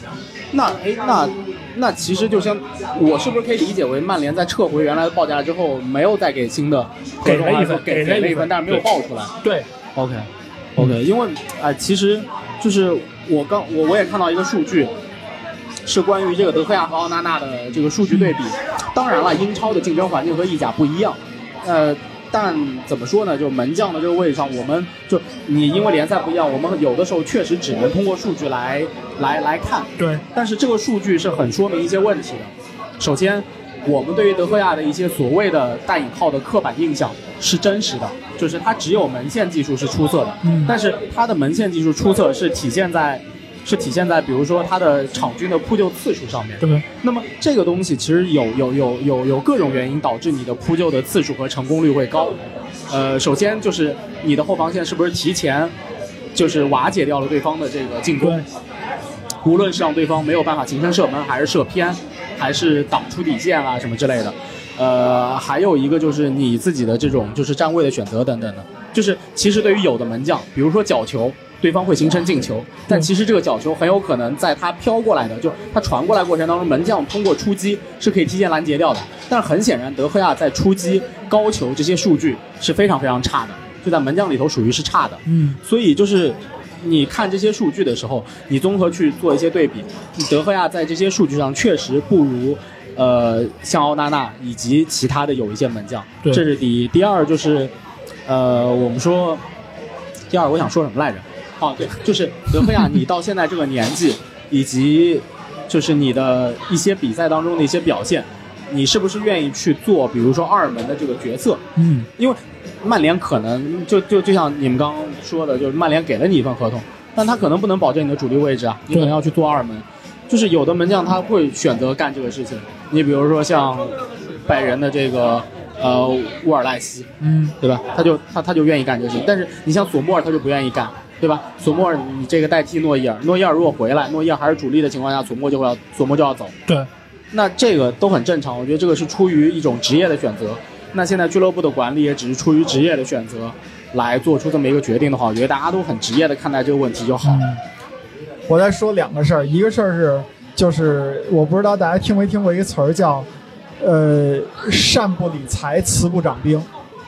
那其实就像我是不是可以理解为曼联在撤回原来的报价之后，没有再给新的合同，给了一份，但是没有报出来。 对 ，OK， 因为其实就是我也看到一个数据。是关于这个德赫亚和奥纳纳的这个数据对比。当然了，英超的竞争环境和意甲不一样，但怎么说呢？就门将的这个位置上，我们就你因为联赛不一样，我们有的时候确实只能通过数据来看。 对， 但是这个数据是很说明一些问题的。首先，我们对于德赫亚的一些所谓的带引号的刻板印象是真实的，就是他只有门线技术是出色的，但是他的门线技术出色是体现在比如说他的场均的扑救次数上面。 对。 那么这个东西其实有各种原因导致你的扑救的次数和成功率会高。首先就是你的后防线是不是提前就是瓦解掉了对方的这个进攻，无论是让对方没有办法形成射门，还是射偏，还是挡出底线啊什么之类的。还有一个就是你自己的这种就是站位的选择等等的，就是其实对于有的门将，比如说角球，对方会形成进球，但其实这个角球很有可能在他飘过来的，就他传过来过程当中，门将通过出击是可以提前拦截掉的。但是很显然，德赫亚在出击、高球这些数据是非常非常差的，就在门将里头属于是差的。所以就是你看这些数据的时候，你综合去做一些对比，德赫亚在这些数据上确实不如像奥纳纳以及其他的有一些门将，这是第一。第二就是我们说第二我想说什么来着？对，就是德赫亚，你到现在这个年纪，以及就是你的一些比赛当中的一些表现，你是不是愿意去做，比如说二门的这个角色？因为曼联可能就像你们刚刚说的，就是曼联给了你一份合同，但他可能不能保证你的主力位置啊，你可能要去做二门。就是有的门将他会选择干这个事情，你比如说像拜仁的这个沃尔赖西，对吧？他就愿意干这个事情，但是你像索莫尔他就不愿意干。对吧？索莫尔你这个代替诺伊尔如果回来，诺伊尔还是主力的情况下，索莫就要走。对，那这个都很正常，我觉得这个是出于一种职业的选择。那现在俱乐部的管理也只是出于职业的选择来做出这么一个决定的话，我觉得大家都很职业的看待这个问题就好。 我再说两个事儿，一个事儿是就是我不知道大家听没听过一个词儿叫善不理财，慈不掌兵。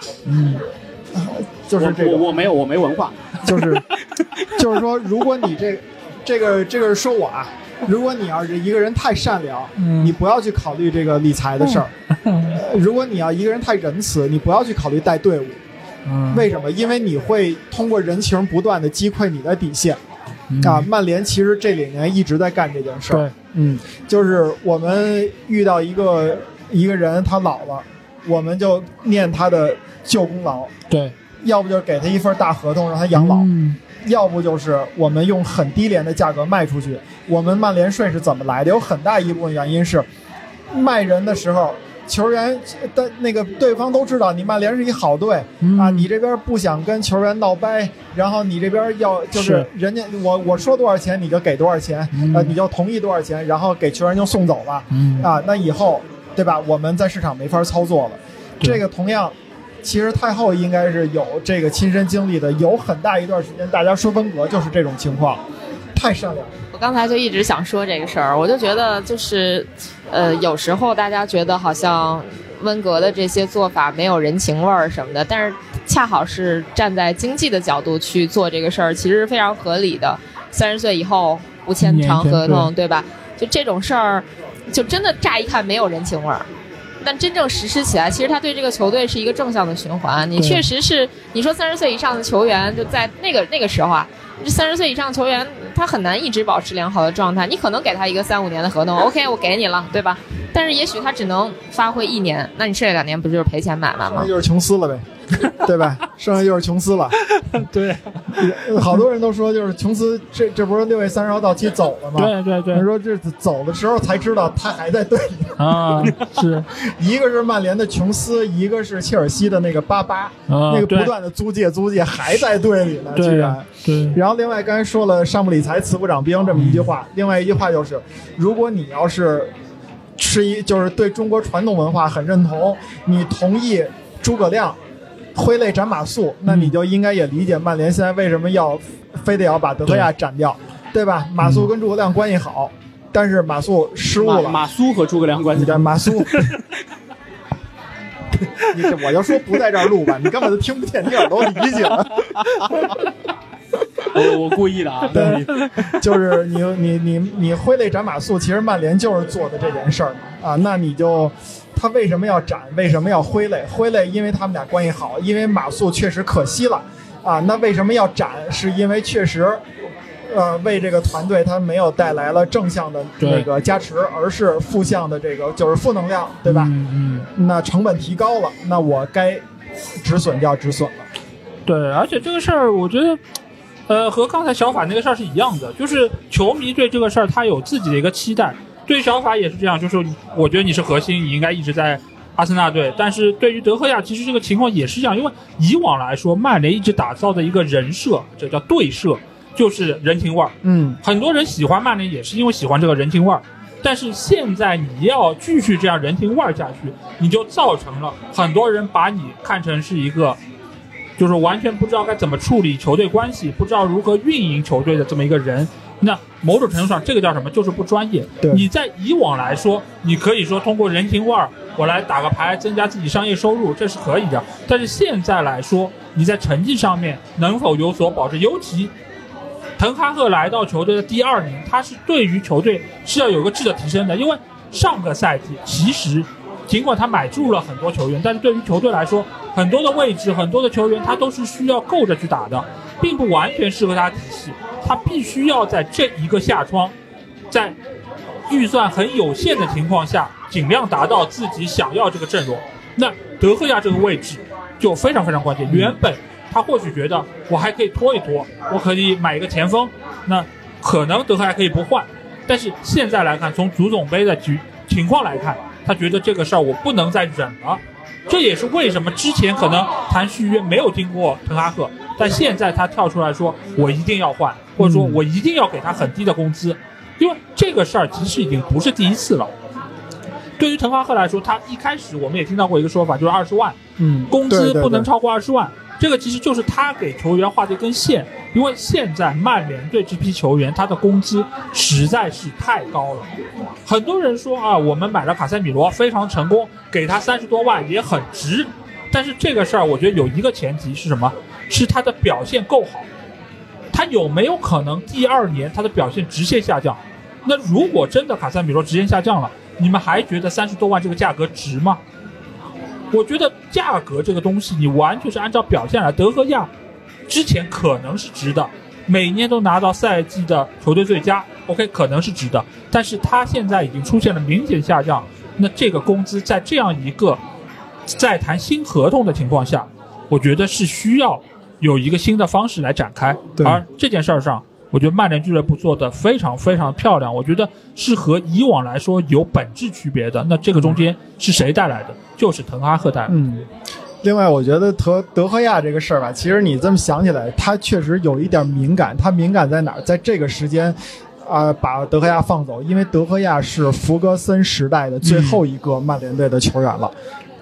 就是这个我没文化， 就是说，如果你这个是说我啊，如果你要是一个人太善良，你不要去考虑这个理财的事儿。如果你要一个人太仁慈，你不要去考虑带队伍。为什么？因为你会通过人情不断的击溃你的底线。曼联其实这2年一直在干这件事儿。就是我们遇到一个人他老了，我们就念他的旧功劳。对。要不就是给他一份大合同让他养老，要不就是我们用很低廉的价格卖出去。我们曼联税是怎么来的？有很大一部分原因是卖人的时候，球员的那个对方都知道你曼联是一好队你这边不想跟球员闹掰，然后你这边要就是人家我说多少钱你就给多少钱，你就同意多少钱，然后给球员就送走了那以后对吧？我们在市场没法操作了。这个同样。其实太后应该是有这个亲身经历的，有很大一段时间大家说温格就是这种情况，太善良了。 我刚才就一直想说这个事儿，我就觉得就是有时候大家觉得好像温格的这些做法没有人情味儿什么的，但是恰好是站在经济的角度去做这个事儿，其实是非常合理的。30岁以后不签长合同，对吧？就这种事儿，就真的乍一看没有人情味儿，但真正实施起来，其实他对这个球队是一个正向的循环。你确实是，你说30岁以上的球员，就在那个时候啊，这30岁以上球员他很难一直保持良好的状态。你可能给他一个3-5年的合同 ，OK， 我给你了，对吧？但是也许他只能发挥1年，那你剩下2年不就是赔钱买卖吗？ 那就是琼斯了呗。对吧？剩下就是琼斯了。 对， 好多人都说，就是琼斯这不是6月30号到期走了吗？ 对。 他说这走的时候才知道他还在队里啊。是一个是曼联的琼斯，一个是切尔西的那个巴巴，那个不断的租借还在队里呢，居然。 对。 然后另外刚才说了上不理财，慈不掌兵这么一句话，另外一句话就是，如果你要是就是对中国传统文化很认同，你同意诸葛亮挥泪斩马谡，那你就应该也理解曼联现在为什么非得要把德赫亚斩掉，对吧？马谡跟诸葛亮关系好，但是马谡失误了。 马谡和诸葛亮关系， 马谡。我就说不在这儿录吧，你根本就听不见，你耳朵里理解了。 我故意的啊。 对，就是你挥泪斩马谡，其实曼联就是做的这件事儿嘛啊，那你就。他为什么要斩？为什么要挥泪？挥泪，因为他们俩关系好，因为马谡确实可惜了，啊，那为什么要斩？是因为确实，为这个团队他没有带来了正向的那个加持，而是负向的这个就是负能量，对吧？那成本提高了，那我该止损就要止损了。 对，而且这个事儿，我觉得，和刚才小法那个事儿是一样的，就是球迷对这个事儿他有自己的一个期待。对小法也是这样，就是我觉得你是核心，你应该一直在阿森纳队。但是对于德赫亚，其实这个情况也是这样，因为以往来说，曼联一直打造的一个人设，这叫对设，就是人情味儿。很多人喜欢曼联也是因为喜欢这个人情味儿。但是现在你要继续这样人情味儿下去，你就造成了很多人把你看成是一个，就是完全不知道该怎么处理球队关系，不知道如何运营球队的这么一个人。那某种程度上，这个叫什么？就是不专业。你在以往来说，你可以说通过人情味儿，我来打个牌，增加自己商业收入，这是可以的。但是现在来说，你在成绩上面能否有所保证？尤其滕哈赫来到球队的第2年，他是对于球队是要有个质的提升的。因为上个赛季其实尽管他买入了很多球员，但是对于球队来说，很多的位置、很多的球员，他都是需要够着去打的，并不完全适合他体系。他必须要在这一个夏窗，在预算很有限的情况下，尽量达到自己想要这个阵容。那德赫亚这个位置就非常非常关键。原本他或许觉得我还可以拖一拖，我可以买一个前锋，那可能德赫亚可以不换。但是现在来看，从足总杯的情况来看，他觉得这个事儿我不能再忍了。这也是为什么之前可能谈续约没有经过滕哈赫，但现在他跳出来说我一定要换，或者说我一定要给他很低的工资。因为这个事儿其实已经不是第一次了。对于滕哈赫来说，他一开始我们也听到过一个说法，就是20万，工资不能超过20万。这个其实就是他给球员画的一根线。因为现在曼联队这批球员他的工资实在是太高了。很多人说啊，我们买了卡塞米罗非常成功，给他30多万也很值。但是这个事儿我觉得有一个前提是什么？是他的表现够好。他有没有可能第2年他的表现直线下降？那如果真的卡塞米罗直线下降了，你们还觉得30多万这个价格值吗？我觉得价格这个东西你完全是按照表现来。德赫亚之前可能是值的，每年都拿到赛季的球队最佳 OK 可能是值的，但是他现在已经出现了明显下降。那这个工资在这样一个在谈新合同的情况下，我觉得是需要有一个新的方式来展开。而这件事上，我觉得曼联俱乐部做得非常非常漂亮，我觉得是和以往来说有本质区别的。那这个中间是谁带来的？就是滕哈赫带来的。 另外我觉得德赫亚这个事儿吧，其实你这么想起来，他确实有一点敏感。他敏感在哪儿？在这个时间把德赫亚放走，因为德赫亚是弗格森时代的最后一个曼联队的球员了。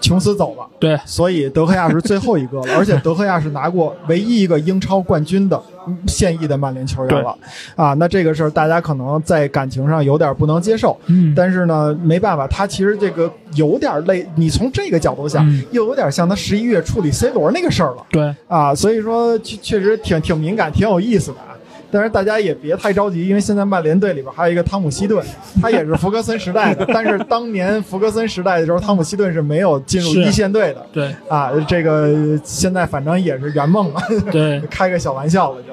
琼斯走了， 对， 所以德赫亚是最后一个了，而且德赫亚是拿过唯一一个英超冠军的现役的曼联球员了，啊，那这个事儿大家可能在感情上有点不能接受，但是呢，没办法，他其实这个有点累，你从这个角度想，又有点像他11月处理 C 罗那个事儿了， 对， 啊，所以说确实挺敏感，挺有意思的。但是大家也别太着急，因为现在曼联队里边还有一个汤姆希顿，他也是福格森时代的。但是当年福格森时代的时候，汤姆希顿是没有进入一线队的。 对啊，这个现在反正也是圆梦了。 对， 开个小玩笑了就。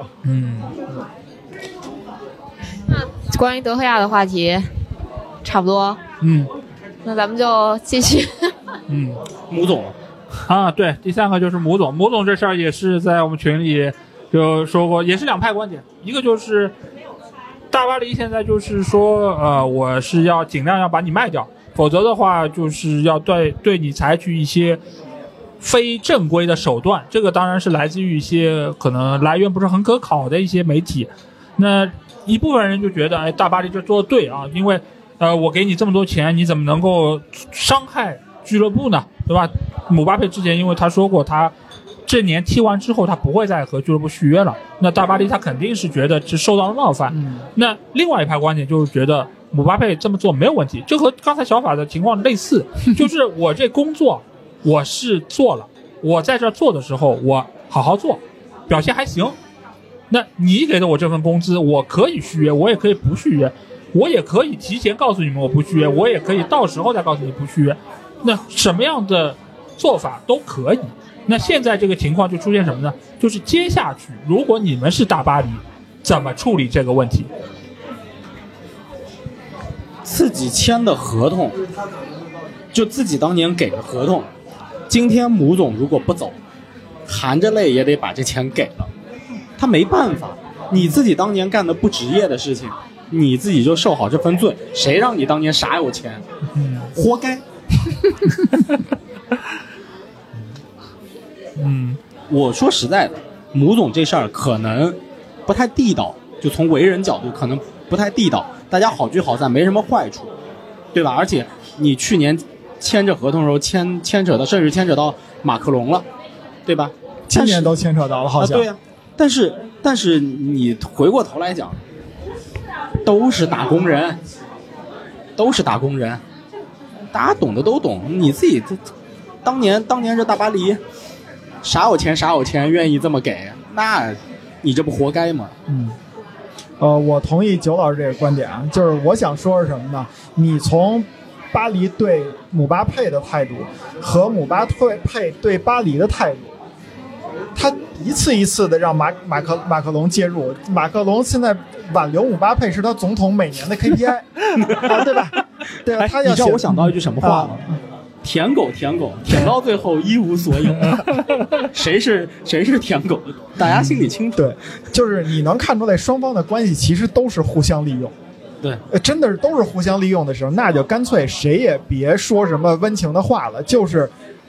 那关于德赫亚的话题，差不多。那咱们就继续。 母总啊，对，第3个就是母总。母总这事儿也是在我们群里就说过，也是2派观点。一个就是大巴黎现在就是说，我是要尽量要把你卖掉，否则的话就是要对你采取一些非正规的手段。这个当然是来自于一些可能来源不是很可考的一些媒体。那一部分人就觉得，哎，大巴黎这做得对啊，因为我给你这么多钱，你怎么能够伤害俱乐部呢？对吧？姆巴佩之前因为他说过他这年踢完之后他不会再和俱乐部续约了，那大巴黎他肯定是觉得是受到了冒犯。那另外一派观点就是觉得姆巴佩这么做没有问题，这和刚才小法的情况类似，就是我这工作我是做了，我在这做的时候我好好做，表现还行，那你给的我这份工资，我可以续约，我也可以不续约，我也可以提前告诉你们我不续约，我也可以到时候再告诉你不续约，那什么样的做法都可以。那现在这个情况就出现什么呢？就是接下去如果你们是大巴黎，怎么处理这个问题？ 自己签的合同，就自己当年给的合同，今天母总如果不走，含着泪也得把这钱给了，他没办法，你自己当年干的不职业的事情，你自己就受好这份罪，谁让你当年傻有钱，活该。我说实在的，母总这事儿可能不太地道，就从为人角度可能不太地道，大家好聚好散没什么坏处，对吧？而且你去年签这合同的时候牵扯到，甚至牵扯到马克龙了，对吧？ 今年都牵扯到了，好像。 对呀，但是你回过头来讲，都是打工人，大家懂的都懂。你自己当年这大巴黎啥有钱愿意这么给，那你这不活该吗？ 我同意九老师这个观点啊，就是我想说是什么呢？你从巴黎对姆巴佩的态度和姆巴佩对巴黎的态度，他一次一次的让马克龙介入，马克龙现在挽留姆巴佩是他总统每年的 KPI 啊，对吧？对吧？他要你知道我想到一句什么话吗？舔狗舔到最后一无所有。谁是舔狗，大家心里清楚。 对，就是你能看出来双方的关系其实都是互相利用。 对， 真的是都是互相利用的时候，那就干脆谁也别说什么温情的话了，就是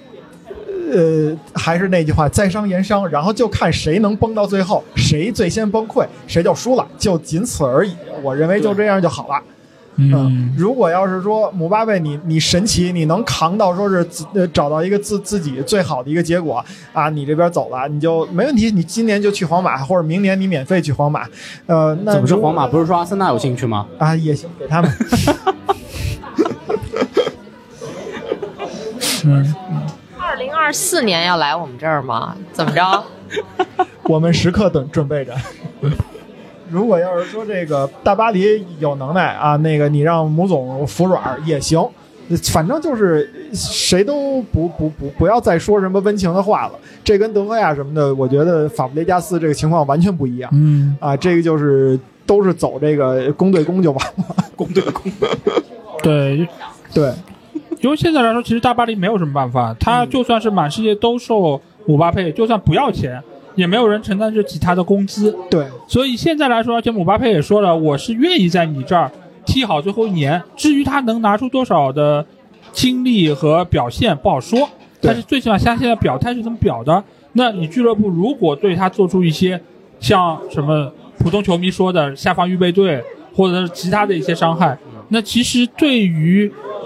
还是那句话，在商言商，然后就看谁能崩到最后，谁最先崩溃，谁就输了，就仅此而已。我认为就这样就好了。如果要是说姆巴佩你神奇，你能扛到说是找到一个自己最好的一个结果啊，你这边走了你就没问题，你今年就去皇马，或者明年你免费去皇马。那怎么是皇马？不是说阿森纳有兴趣吗？ 啊，也行，给他们。 2024年要来我们这儿吗？怎么着？ 我们时刻准备着。如果要是说这个大巴黎有能耐啊，那个你让母总服软也行，反正就是谁都不要再说什么温情的话了。这跟德赫亚什么的，我觉得法布雷加斯这个情况完全不一样。这个就是都是走这个公对公就完了， 公对公。 对，因为现在来说，其实大巴黎没有什么办法，他就算是满世界都受姆巴佩，就算不要钱，也没有人承担得起他的工资。 对， 所以现在来说，而且姆巴佩也说了，我是愿意在你这儿踢好最后一年，至于他能拿出多少的精力和表现不好说，但是最起码他现在表态是怎么表的。那你俱乐部如果对他做出一些像什么普通球迷说的下放预备队或者是其他的一些伤害，那其实对于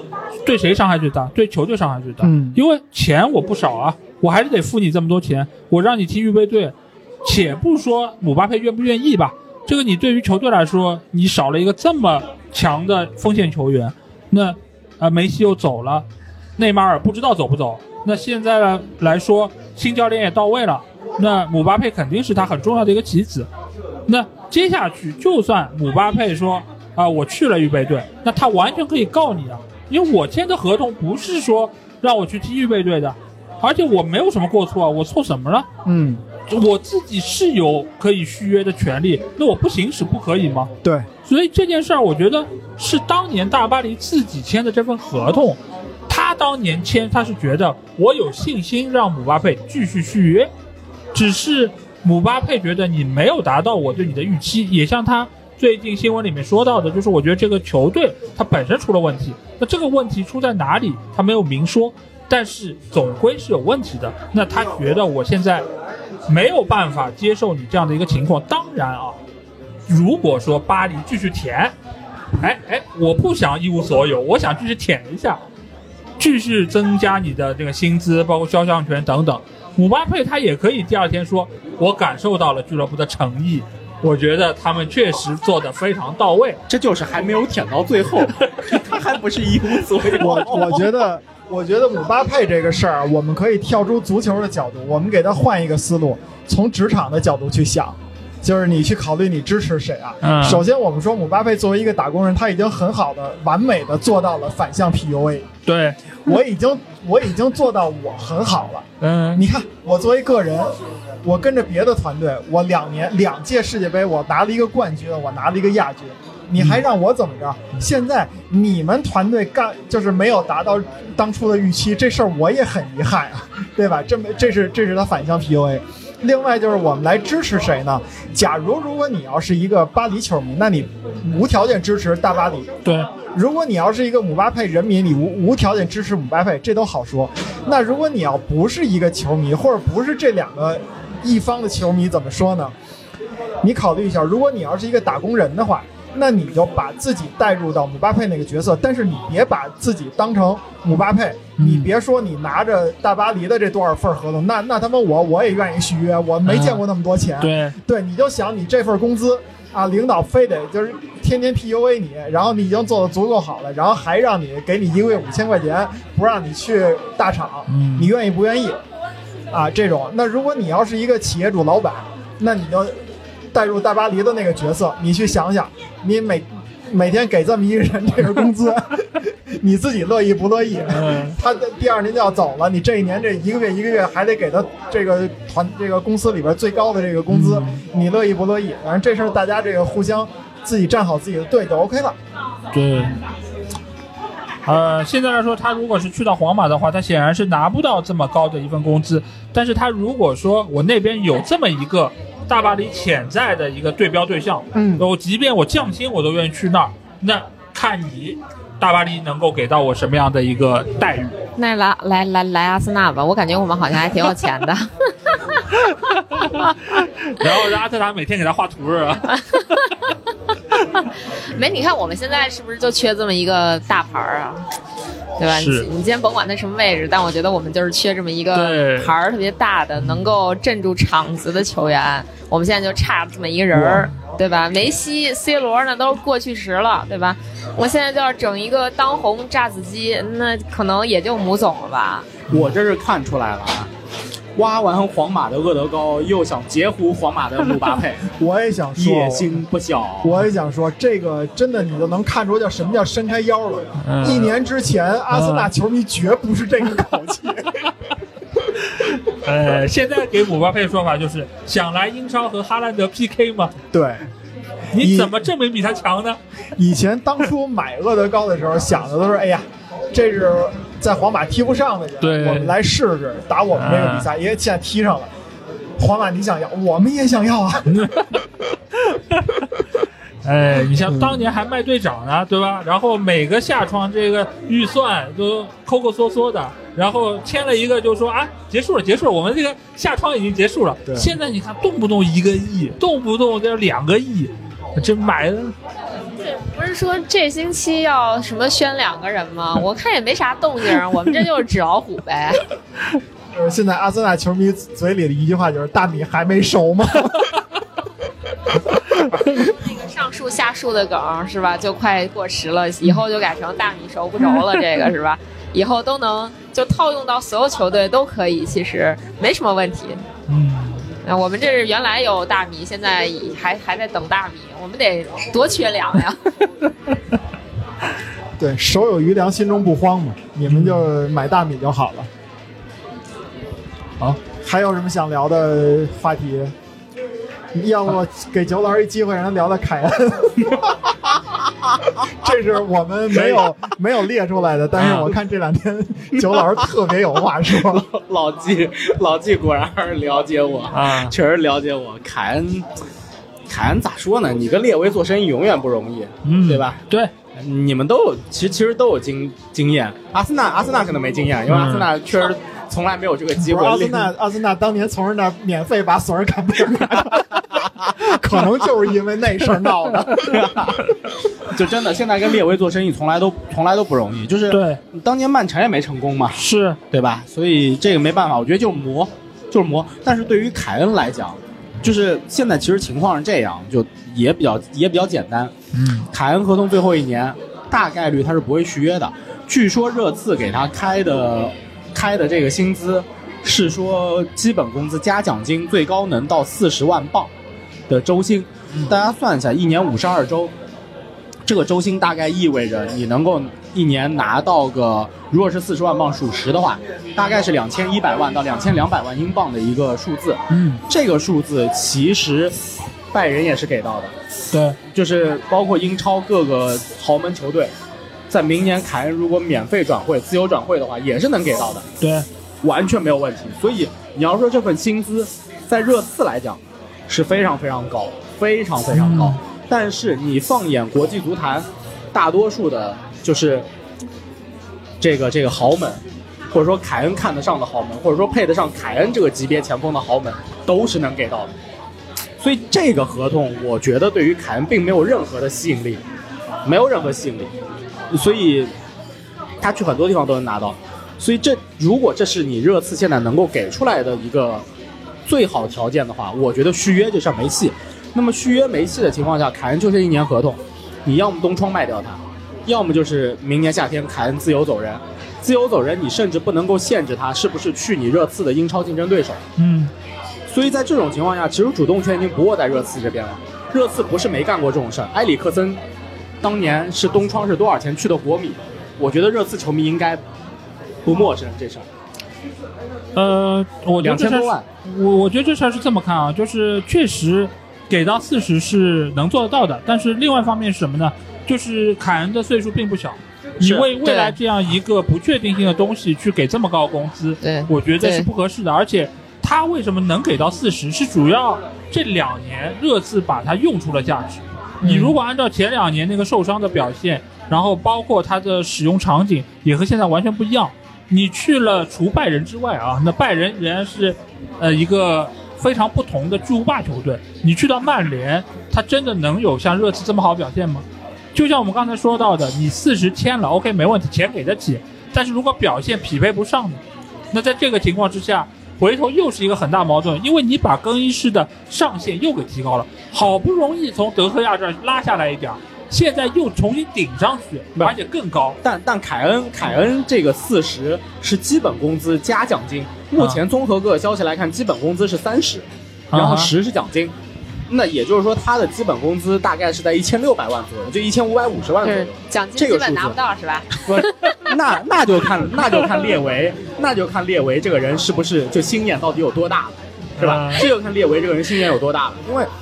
对谁伤害最大？对球队伤害最大。因为钱我不少啊，我还是得付你这么多钱，我让你踢预备队，且不说姆巴佩愿不愿意吧，这个你对于球队来说，你少了一个这么强的锋线球员，那梅西又走了，内马尔不知道走不走，那现在来说新教练也到位了，那姆巴佩肯定是他很重要的一个棋子。那接下去就算姆巴佩说我去了预备队，那他完全可以告你啊，因为我签的合同不是说让我去踢预备队的，而且我没有什么过错啊，我错什么了？我自己是有可以续约的权利，那我不行使不可以吗？ 对， 所以这件事儿我觉得是当年大巴黎自己签的这份合同，他当年签他是觉得我有信心让姆巴佩继续续约，只是姆巴佩觉得你没有达到我对你的预期，也像他最近新闻里面说到的，就是我觉得这个球队它本身出了问题，那这个问题出在哪里他没有明说，但是总归是有问题的，那他觉得我现在没有办法接受你这样的一个情况。当然啊，如果说巴黎继续舔，我不想一无所有，我想继续舔一下，继续增加你的这个薪资，包括肖像权等等，姆巴佩他也可以第二天说，我感受到了俱乐部的诚意，我觉得他们确实做得非常到位， 这就是还没有舔到最后，他还不是一无所有。 我觉得姆巴佩这个事儿，我们可以跳出足球的角度，我们给他换一个思路，从职场的角度去想，就是你去考虑你支持谁啊。首先我们说姆巴佩作为一个打工人，他已经很好的完美的做到了反向 PUA。 对， 我已经做到我很好了。你看我作为个人，我跟着别的团队，我2届世界杯我拿了一个冠军，我拿了一个亚军，你还让我怎么着？现在你们团队就是没有达到当初的预期，这事儿我也很遗憾啊，对吧？这是他反向 PUA。另外就是我们来支持谁呢？如果你要是一个巴黎球迷，那你无条件支持大巴黎。 对。 如果你要是一个姆巴佩人民，你无条件支持姆巴佩，这都好说。那如果你要不是一个球迷，或者不是这两个一方的球迷，怎么说呢？你考虑一下，如果你要是一个打工人的话，那你就把自己带入到姆巴佩那个角色，但是你别把自己当成姆巴佩，你别说你拿着大巴黎的这多少份合同，那他妈我也愿意续约，我没见过那么多钱。对，你就想你这份工资啊，领导非得就是天天 PUA 你，然后你已经做得足够好了，然后还让你给你1个月5000块钱，不让你去大厂，你愿意不愿意？啊，这种。那如果你要是一个企业主老板，那你就带入大巴黎的那个角色，你去想想，你每天给这么一个人这个工资，你自己乐意不乐意？他第2年就要走了，你这一年这一个月还得给他这个公司里边最高的这个工资，你乐意不乐意？反正这事儿大家这个互相自己站好自己的队就 OK 了。 对。现在来说，他如果是去到皇马的话，他显然是拿不到这么高的一份工资。但是他如果说我那边有这么一个大巴黎潜在的一个对标对象，我即便我降薪我都愿意去那儿，那看你大巴黎能够给到我什么样的一个待遇。 那来阿森纳吧，我感觉我们好像还挺有钱的。 然后让阿特塔每天给他画图是吧？ 没，你看我们现在是不是就缺这么一个大牌啊？对吧？你今天甭管他什么位置，但我觉得我们就是缺这么一个牌儿特别大的，能够镇住场子的球员。我们现在就差这么一个人儿，对吧？梅西、C 罗呢都是过去时了，对吧？我现在就要整一个当红炸子鸡，那可能也就姆总了吧？ 我这是看出来了啊。挖完皇马的厄德高，又想截胡皇马的姆巴佩， 我也想说， 野心不小。 我也想说，这个真的你就能看出叫什么叫伸开腰了。1年之前，阿森纳球迷绝不是这个口气。 现在给姆巴佩说法就是想来英超和哈兰德 PK 吗？ 对， 你怎么证明比他强呢？ 以前当初买厄德高的时候，想的都是，哎呀，这是在皇马踢不上的人，我们来试试打我们这个比赛，因为现在踢上了。皇马你想要，我们也想要啊。 你像当年还卖队长呢，对吧？然后每个夏窗这个预算都抠抠缩缩的，然后签了一个就说啊，结束了，我们这个夏窗已经结束了。现在你看，动不动1个亿，动不动就2个亿，这买的。 不是说这星期要什么宣2个人吗？我看也没啥动静，我们这就是纸老虎呗。 现在阿森纳球迷嘴里的一句话就是大米还没熟吗？ 那个上树下树的梗是吧，就快过时了，以后就改成大米熟不熟了，这个是吧？以后都能就套用到所有球队都可以，其实没什么问题。我们这是原来有大米，现在还在等大米，我们得多缺粮呀。 对，手有余粮，心中不慌嘛，你们就买大米就好了。好，还有什么想聊的话题？要不给九老师一机会，让他聊聊凯恩。这是我们没有列出来的，但是我看这2天九老师特别有话说。 老纪果然还是了解我啊，确实了解我。凯恩咋说呢？你跟列维做生意永远不容易，对吧？ 对， 你们都有，其实都有经验。阿森纳可能没经验，因为阿森纳确实从来没有这个机会。 阿森纳当年从人那免费把索尔坎贝尔拿的。可能就是因为那事儿闹的， 就真的现在跟列维做生意从来都不容易，就是对， 当年曼城也没成功嘛， 是对吧？所以这个没办法，我觉得就是磨。但是对于凯恩来讲，就是现在其实情况是这样，就也比较简单。凯恩合同最后1年，大概率他是不会续约的。据说热刺给他开的这个薪资是说基本工资加奖金最高能到40万镑的周薪，大家算一下，1年52周，这个周薪大概意味着你能够1年拿到个，如果是40万镑属实的话，大概是2100万到2200万英镑的一个数字。这个数字其实拜仁也是给到的， 对， 就是包括英超各个豪门球队，在明年凯恩如果免费转会、自由转会的话，也是能给到的， 对， 完全没有问题。所以你要说这份薪资在热刺来讲是非常非常高，非常非常高。但是你放眼国际足坛，大多数的就是这个豪门，或者说凯恩看得上的豪门，或者说配得上凯恩这个级别前锋的豪门，都是能给到的。所以这个合同，我觉得对于凯恩并没有任何的吸引力，没有任何吸引力。所以他去很多地方都能拿到。所以如果这是你热刺现在能够给出来的一个最好条件的话，我觉得续约这事儿没戏。那么续约没戏的情况下，凯恩就是1年合同，你要么冬窗卖掉他，要么就是明年夏天凯恩自由走人。自由走人，你甚至不能够限制他是不是去你热刺的英超竞争对手。所以在这种情况下，其实主动权已经不握在热刺这边了。热刺不是没干过这种事儿，埃里克森当年是冬窗是多少钱去的国米，我觉得热刺球迷应该不陌生这事儿。 我觉得 2000多万， 我觉得这事儿是这么看啊，就是确实给到40是能做得到的，但是另外一方面是什么呢？就是凯恩的岁数并不小，你为未来这样一个不确定性的东西去给这么高工资， 对， 我觉得是不合适的。而且他为什么能给到40，是主要这2年热刺把他用出了价值。你如果按照前2年那个受伤的表现，然后包括他的使用场景也和现在完全不一样。你去了除拜仁之外啊，那拜仁仍然是一个非常不同的巨无霸球队。你去到曼联，他真的能有像热刺这么好表现吗？就像我们刚才说到的，你40签了 OK 没问题，钱给得起，但是如果表现匹配不上呢，那在这个情况之下，回头又是一个很大矛盾，因为你把更衣室的上限又给提高了，好不容易从德赫亚这儿拉下来一点，现在又重新顶上去，而且更高。 但凯恩这个40是基本工资加奖金，目前综合各个消息来看，基本工资是30，然后10是奖金。那也就是说，他的基本工资大概是在1600万左右，就1550万左右。 奖金基本拿不到是吧？ 不，那就看列维这个人是不是就心眼到底有多大了，是吧？这就看列维这个人心眼有多大了。因为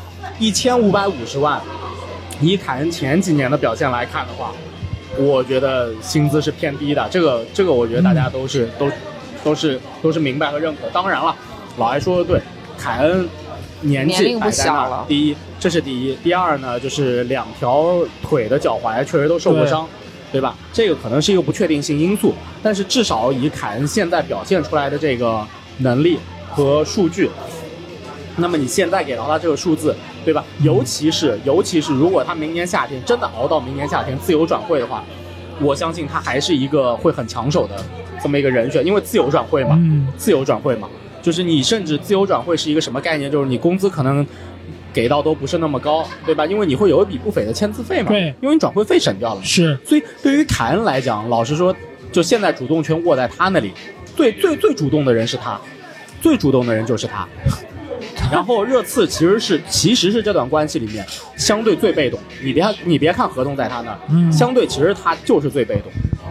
1550万，以凯恩前几年的表现来看的话，我觉得薪资是偏低的。这个我觉得大家都是明白和认可。当然了，老艾说的对，凯恩年纪不小了。 第一，这是第一；第二呢，就是2条腿的脚踝确实都受过伤，对吧？这个可能是一个不确定性因素，但是至少以凯恩现在表现出来的这个能力和数据，那么你现在给到他这个数字， 对吧？尤其是如果他明年夏天真的熬到明年夏天自由转会的话，我相信他还是一个会很抢手的这么一个人选，因为自由转会嘛，就是你甚至自由转会是一个什么概念？就是你工资可能给到都不是那么高，对吧？因为你会有一笔不菲的签字费嘛， 对， 因为你转会费省掉了， 是。 所以对于凯恩来讲，老实说，就现在主动权握在他那里，最主动的人是他，最主动的人就是他。然后热刺其实是这段关系里面相对最被动，你别看合同在他那儿，相对其实他就是最被动。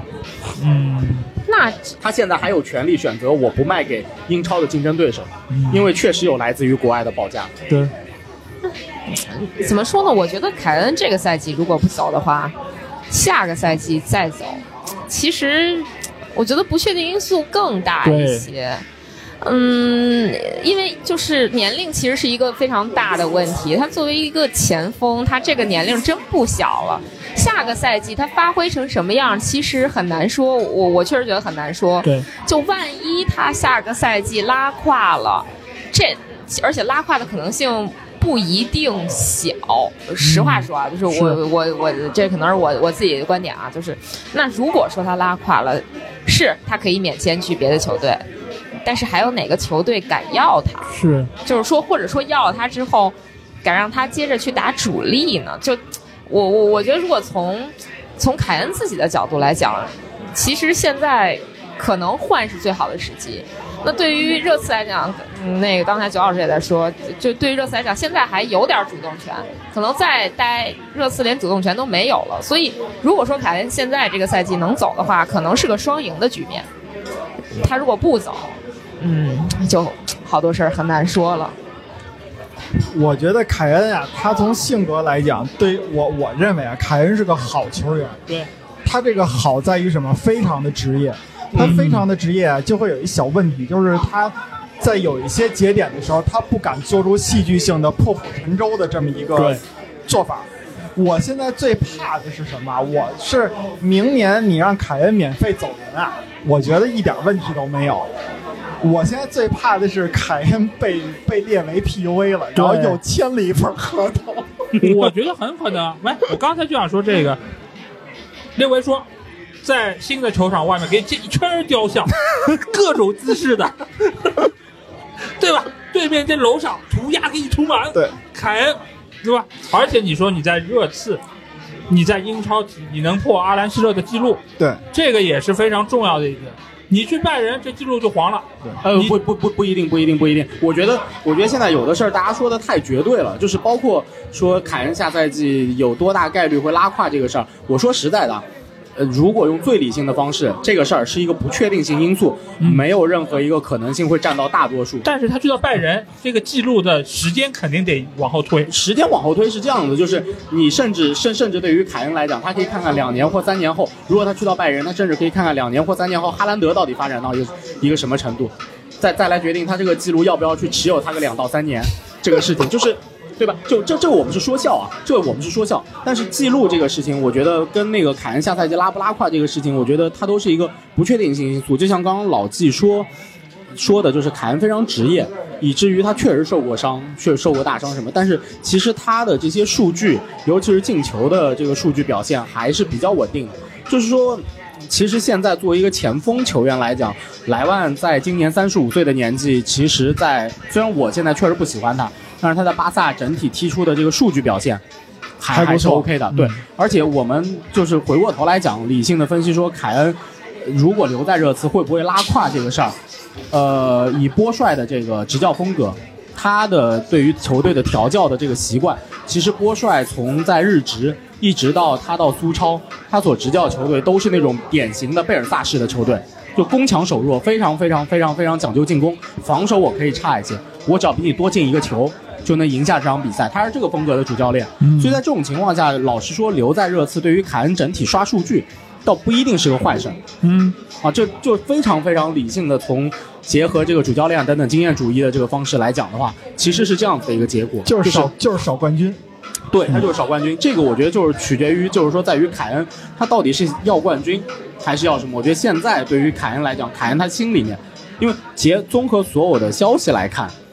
那他现在还有权利选择我不卖给英超的竞争对手，因为确实有来自于国外的报价。 对， 怎么说呢？我觉得凯恩这个赛季如果不走的话，下个赛季再走，其实我觉得不确定因素更大一些。因为就是年龄其实是一个非常大的问题。他作为一个前锋，他这个年龄真不小了。下个赛季他发挥成什么样，其实很难说。我确实觉得很难说。 对， 就万一他下个赛季拉胯了，而且拉胯的可能性不一定小。实话说啊，就是我这可能是我自己的观点啊，就是那如果说他拉胯了，是他可以免签去别的球队。但是还有哪个球队敢要他？ 是， 就是说，或者说要了他之后，敢让他接着去打主力呢？就我觉得，如果从凯恩自己的角度来讲，其实现在可能换是最好的时机。那对于热刺来讲，那个刚才九老师也在说，就对于热刺来讲，现在还有点主动权，可能再待热刺连主动权都没有了。所以，如果说凯恩现在这个赛季能走的话，可能是个双赢的局面。他如果不走，就好多事儿很难说了。 我觉得凯恩啊，他从性格来讲，对我认为啊，凯恩是个好球员。 对， 他这个好在于什么？非常的职业。他非常的职业啊，就会有一小问题，就是他在有一些节点的时候，他不敢做出戏剧性的破釜沉舟的这么一个做法。我现在最怕的是什么？我是明年你让凯恩免费走人啊，我觉得一点问题都没有。我现在最怕的是凯恩被列为 PUA 了，然后又签了一份合同。 我觉得很可能。喂，我刚才就想说这个，列维说，在新的球场外面给你建一圈雕像，各种姿势的，对吧？对面这楼上涂鸦给你涂满， 对， 凯恩，对吧？而且你说你在热刺，你在英超你能破阿兰希勒的记录， 对， 这个也是非常重要的一点。你去拜仁，这记录就黄了。 不一定。我觉得现在有的事儿大家说的太绝对了，就是包括说凯恩下赛季有多大概率会拉胯这个事儿。我说实在的，如果用最理性的方式，这个事儿是一个不确定性因素，没有任何一个可能性会占到大多数。 但是他去到拜仁，这个记录的时间肯定得往后推。 时间往后推是这样的，就是你甚至对于凯恩来讲，他可以看看2年或3年后，如果他去到拜仁，他甚至可以看看2年或3年后哈兰德到底发展到一个什么程度，再来决定他这个记录要不要去持有他个2到3年这个事情，就是。对吧？就这我们是说笑啊，但是记录这个事情，我觉得跟那个凯恩下赛季拉不拉胯这个事情，我觉得它都是一个不确定性因素。就像刚刚老季说的，就是凯恩非常职业，以至于他确实受过伤，确实受过大伤什么。但是其实他的这些数据，尤其是进球的这个数据表现，还是比较稳定的。就是说，其实现在作为一个前锋球员来讲，莱万在今年35岁的年纪，其实虽然我现在确实不喜欢他。但是他在巴萨整体踢出的这个数据表现还是 OK 的，对。而且我们就是回过头来讲，理性的分析说，凯恩如果留在热刺会不会拉胯这个事儿，以波帅的这个执教风格，他的对于球队的调教的这个习惯，其实波帅从在日职一直到他到苏超，他所执教的球队都是那种典型的贝尔萨式的球队。就攻强守弱，非常讲究进攻，防守我可以差一些，我只要比你多进一个球就能赢下这场比赛。他是这个风格的主教练，所以在这种情况下，老实说，留在热刺对于凯恩整体刷数据，倒不一定是个坏事。这就非常理性的从结合这个主教练等等经验主义的这个方式来讲的话，其实是这样子的一个结果， 就是少冠军。 对，他就是少冠军。这个我觉得就是取决于，就是说在于凯恩他到底是要冠军还是要什么。我觉得现在对于凯恩来讲，凯恩他心里面，因为综合所有的消息来看，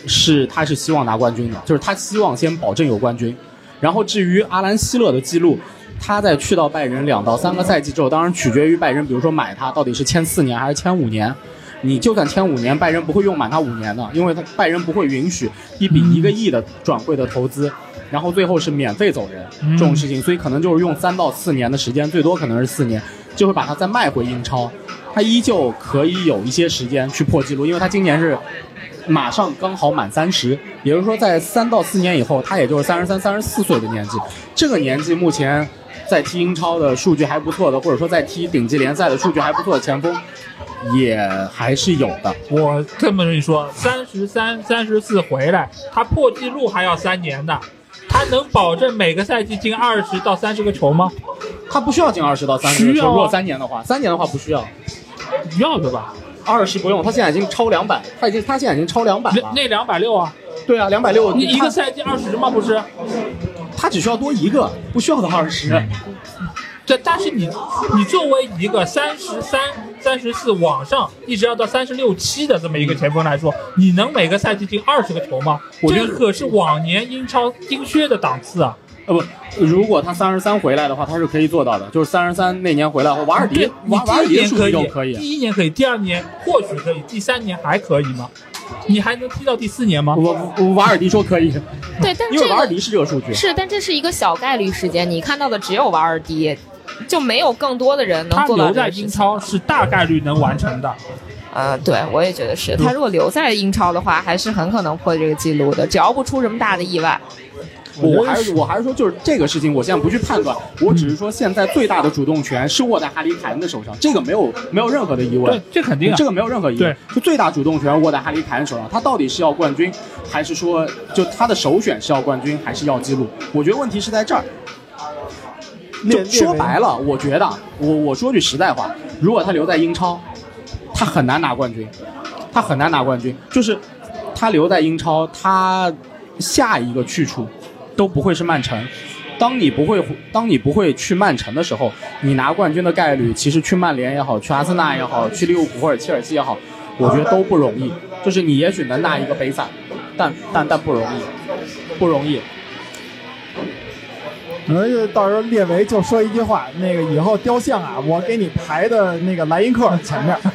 他是希望拿冠军的，就是他希望先保证有冠军。然后至于阿兰希勒的记录，他在去到拜仁2到3个赛季之后，当然取决于拜仁，比如说买他到底是签4年还是签5年。你就算签5年，拜仁不会用满他5年的，因为拜仁不会允许1笔1个亿的转会的投资，然后最后是免费走人这种事情，所以可能就是用3到4年的时间，最多可能是4年，就会把他再卖回英超。他依旧可以有一些时间去破纪录，因为他今年是马上刚好满30，也就是说在3到4年以后，他也就是33、34岁的年纪。这个年纪目前在踢英超的数据还不错的，或者说在踢顶级联赛的数据还不错的前锋，也还是有的。 我这么跟你说，33、34回来，他破纪录还要3年的，他能保证每个赛季进20到30个球吗？ 他不需要进20到30个球，如果3年的话不需要。 要的吧 ？20不用，他现在已经超200，他现在已经超200了。 那260啊？ 对啊，260。 你一个赛季20吗？不是， 他只需要多一个，不需要到20。 但是你作为一个33、34往上，一直要到36、7的这么一个前锋来说，你能每个赛季进20个球吗？这可是往年英超金靴的档次啊！ 不，如果他33回来的话，他是可以做到的。就是33那年回来后，瓦尔迪的数据就可以。 第一年可以，第2年或许可以，第3年还可以吗？你还能踢到第4年吗？ 瓦尔迪说可以。 对，但因为瓦尔迪是这个数据。 是，但这是一个小概率事件，你看到的只有瓦尔迪，就没有更多的人能做到这个事情。他留在英超是大概率能完成的。 对，我也觉得是。他如果留在英超的话，还是很可能破这个记录的，只要不出什么大的意外。 我还是说，就是这个事情，我现在不去判断，我只是说现在最大的主动权是握在哈里凯恩的手上，这个没有任何的疑问。 对，这肯定啊， 这个没有任何疑问。就最大主动权握在哈里凯恩手上，他到底是要冠军，还是说就他的首选是要冠军，还是要纪录？我觉得问题是在这儿。就说白了，我觉得我说句实在话，如果他留在英超，他很难拿冠军，就是他留在英超，他下一个去处都不会是曼城。当你不会去曼城的时候，你拿冠军的概率其实去曼联也好，去阿森纳也好，去利物浦或者切尔西也好，我觉得都不容易。就是你也许能拿一个杯赛，但不容易。 而且到时候列维就说一句话，那个以后雕像啊，我给你排的那个莱因克前面。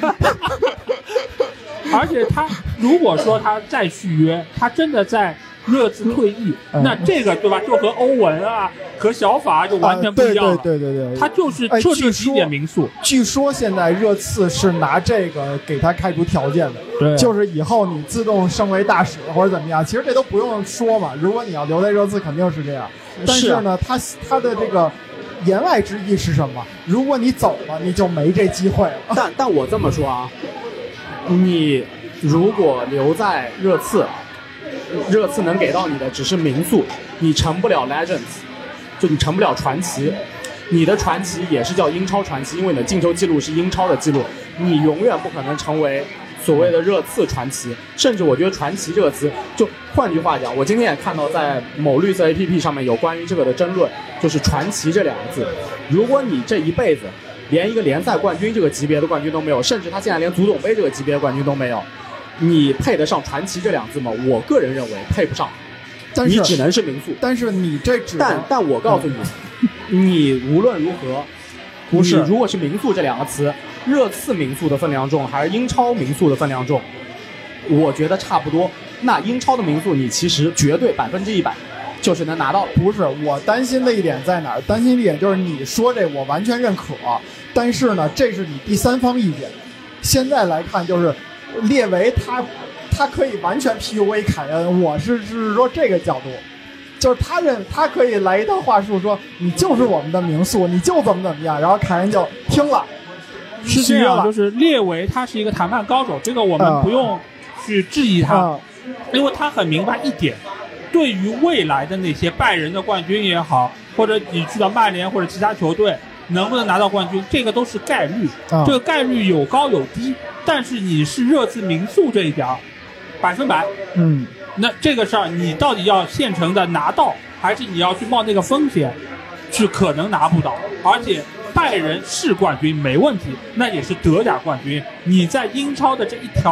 而且他如果说他再续约，他真的在热刺退役，那这个对吧，就和欧文啊和小法就完全不一样了。 对， 他就是彻底极简民宿。 据说现在热刺是拿这个给他开出条件的， 对， 就是以后你自动升为大使或者怎么样，其实这都不用说嘛。如果你要留在热刺，肯定是这样。但是呢，他的这个言外之意是什么？如果你走了，你就没这机会了。 但我这么说啊，你如果留在热刺能给到你的只是名宿，你成不了 legends， 就你成不了传奇。你的传奇也是叫英超传奇，因为你的进球记录是英超的记录，你永远不可能成为所谓的热刺传奇。甚至我觉得传奇这个词，就换句话讲，我今天也看到在某绿色 APP 上面有关于这个的争论，就是传奇这2个字。如果你这一辈子连一个联赛冠军这个级别的冠军都没有，甚至他现在连足总杯这个级别的冠军都没有，你配得上传奇这2个字吗？我个人认为配不上，你只能是名宿。 但是你这但我告诉你，你无论如何， 不是， 你如果是名宿这2个词，热刺名宿的分量重还是英超名宿的分量重？我觉得差不多。那英超的名宿你其实绝对100%就是能拿到。 不是，我担心的一点在哪儿？担心的一点就是你说这我完全认可，但是呢，这是你第三方意见。现在来看，就是列维他可以完全 PUA 凯恩，我是说这个角度，就是他可以来一套话术说你就是我们的名宿，你就怎么样，然后凯恩就听了。 是这样，就是列维他是一个谈判高手，这个我们不用去质疑他，因为他很明白一点，对于未来的那些拜仁的冠军也好，或者你去到曼联或者其他球队能不能拿到冠军，这个都是概率，这个概率有高有低，但是你是热刺名宿这一点100%，那这个事儿你到底要现成的拿到，还是你要去冒那个风险，是可能拿不到。而且拜仁是冠军没问题，那也是德甲冠军，你在英超的这一条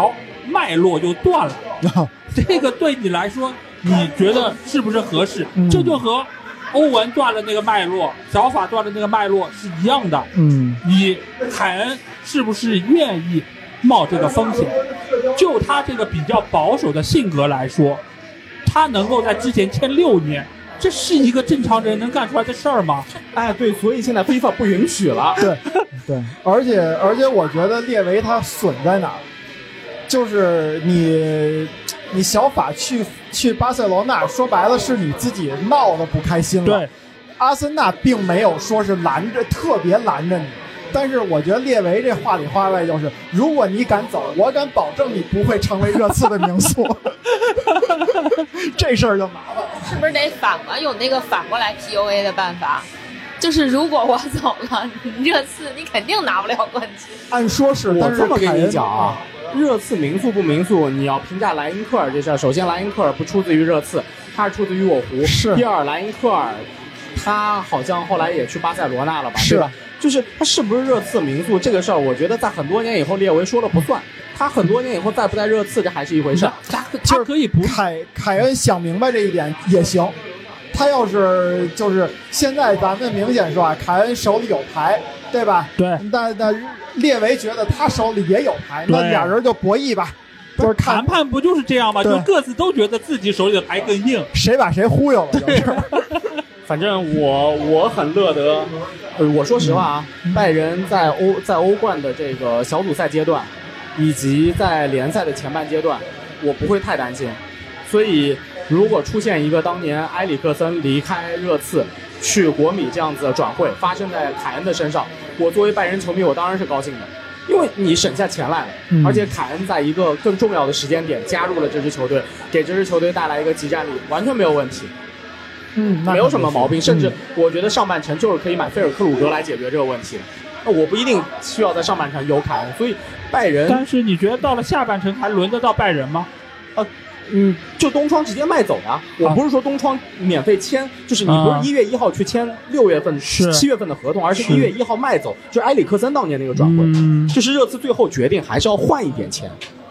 脉络就断了。这个对你来说，你觉得是不是合适？这就和欧文断了那个脉络，小法断了那个脉络是一样的。你凯恩是不是愿意冒这个风险？就他这个比较保守的性格来说，他能够在之前签6年，这是一个正常人能干出来的事儿吗？ 哎，对，所以现在FIFA不允许了。 对，而且我觉得列维他损在哪儿，就是你小法去巴塞罗那，说白了是你自己闹得不开心了。 对， 阿森纳并没有说是特别拦着你，但是我觉得列维这话里话外就是，如果你敢走，我敢保证你不会成为热刺的名宿。这事儿就麻烦了。 是不是得有那个反过来 PUA 的办法？就是如果我走了，热刺你肯定拿不了冠军。 按说是，但是我这么跟你讲啊，热刺名宿不名宿，你要评价莱因克尔这事儿，首先莱因克尔不出自于热刺，他是出自于我湖。 是。 第二，莱因克尔他好像后来也去巴塞罗那了吧？ 是对吧？就是他是不是热刺名宿这个事儿，我觉得在很多年以后列维说了不算。他很多年以后在不在热刺，这还是一回事。 他可以不凯恩想明白这一点也行。他要是就是现在咱们明显说啊，凯恩手里有牌，对吧？ 对。 但列维觉得他手里也有牌，那俩人就博弈吧。就是谈判不就是这样吗？就各自都觉得自己手里的牌更硬， 谁把谁忽悠了就是。 反正我很乐得，我说实话啊，拜仁在欧冠的这个小组赛阶段，以及在联赛的前半阶段，我不会太担心。所以如果出现一个当年埃里克森离开热刺去国米这样子的转会发生在凯恩的身上，我作为拜仁球迷我当然是高兴的，因为你省下钱来了，而且凯恩在一个更重要的时间点加入了这支球队，给这支球队带来一个集战力，完全没有问题。没有什么毛病，甚至我觉得上半程就是可以买菲尔克鲁格来解决这个问题。那我不一定需要在上半程有凯恩，所以拜仁。 但是你觉得到了下半程还轮得到拜仁吗？ 就东窗直接卖走呀！我不是说东窗免费签，就是你不是1月1号去签6月份、7月份的合同，而是1月1号卖走，就是埃里克森当年那个转会，就是热刺最后决定还是要换一点钱。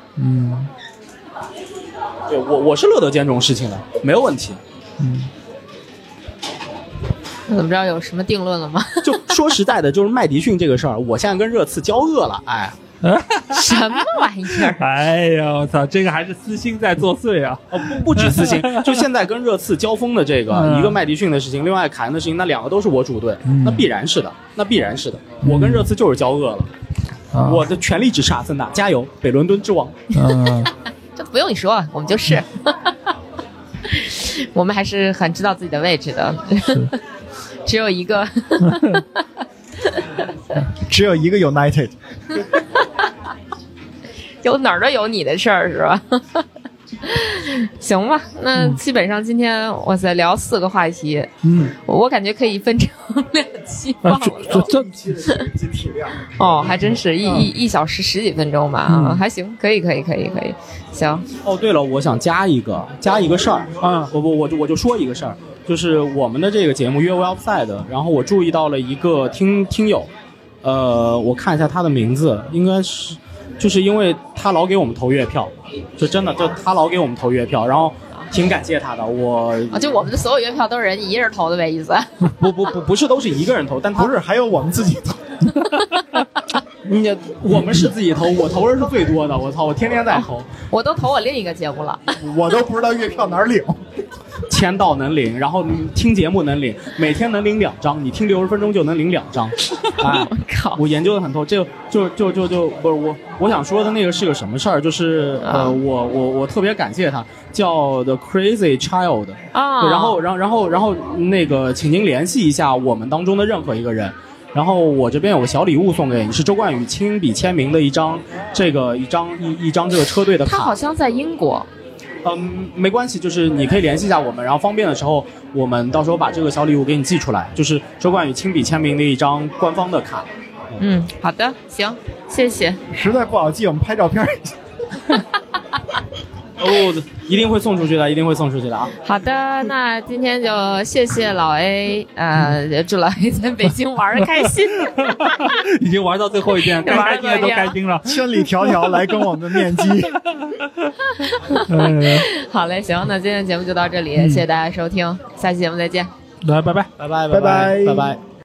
对，我是乐得见这种事情的，没有问题。 怎么着有什么定论了吗？ 就说实在的，就是麦迪逊这个事儿，我现在跟热刺交恶了，哎。 什么玩意儿？ 哎呀，我操，这个还是私心在作祟啊！ 不止私心，就现在跟热刺交锋的这个，一个麦迪逊的事情，另外凯恩的事情，那两个都是我主队，那必然是的。我跟热刺就是交恶了，我的全力支持阿森纳，加油，北伦敦之王！ 这不用你说，我们就是，我们还是很知道自己的位置的，只有一个。 只有一个 United， 有哪儿都有你的事儿是吧？行吧，那基本上今天哇塞聊4个话题，我感觉可以分成2期放了。 这体量哦，还真是1小时10几分钟吧，还行，可以，行。 哦，对了，我想加一个事儿啊，我就说一个事儿。就是我们的这个节目《越位 Offside》，然后我注意到了一个听友，我看一下他的名字，应该是，就是因为他老给我们投月票，就真的就他老给我们投月票，然后挺感谢他的。 就我们的所有月票都是人一人投的呗，意思？ 不是都是一个人投，但他不是还有我们自己投。 我们是自己投，我投人是最多的，我操，我天天在投， 我都投我另一个节目了， 我都不知道月票哪儿领。 签到能领，然后听节目能领，每天能领2张，你听60分钟就能领2张。哎，我研究的很透，这就不是我想说的那个是个什么事儿，就是我特别感谢他，叫 The Crazy Child 啊， 然后那个请您联系一下我们当中的任何一个人。然后我这边有个小礼物送给你，是周冠宇亲笔签名的一张这个车队的卡。 他好像在英国。 没关系，就是你可以联系一下我们，然后方便的时候，我们到时候把这个小礼物给你寄出来，就是周冠宇亲笔签名的一张官方的卡。 好的，行，谢谢。 实在不好寄，我们拍照片。 一定会送出去的，一定会送出去的啊！ 好的，那今天就谢谢老 A，祝老 A 在北京玩的开心， 已经玩到最后一遍，该开心的都开心了， 千里迢迢来跟我们面基。 好嘞，行，那今天的节目就到这里，谢谢大家收听，下期节目再见， 来，拜拜， 拜拜， 拜拜， 拜拜。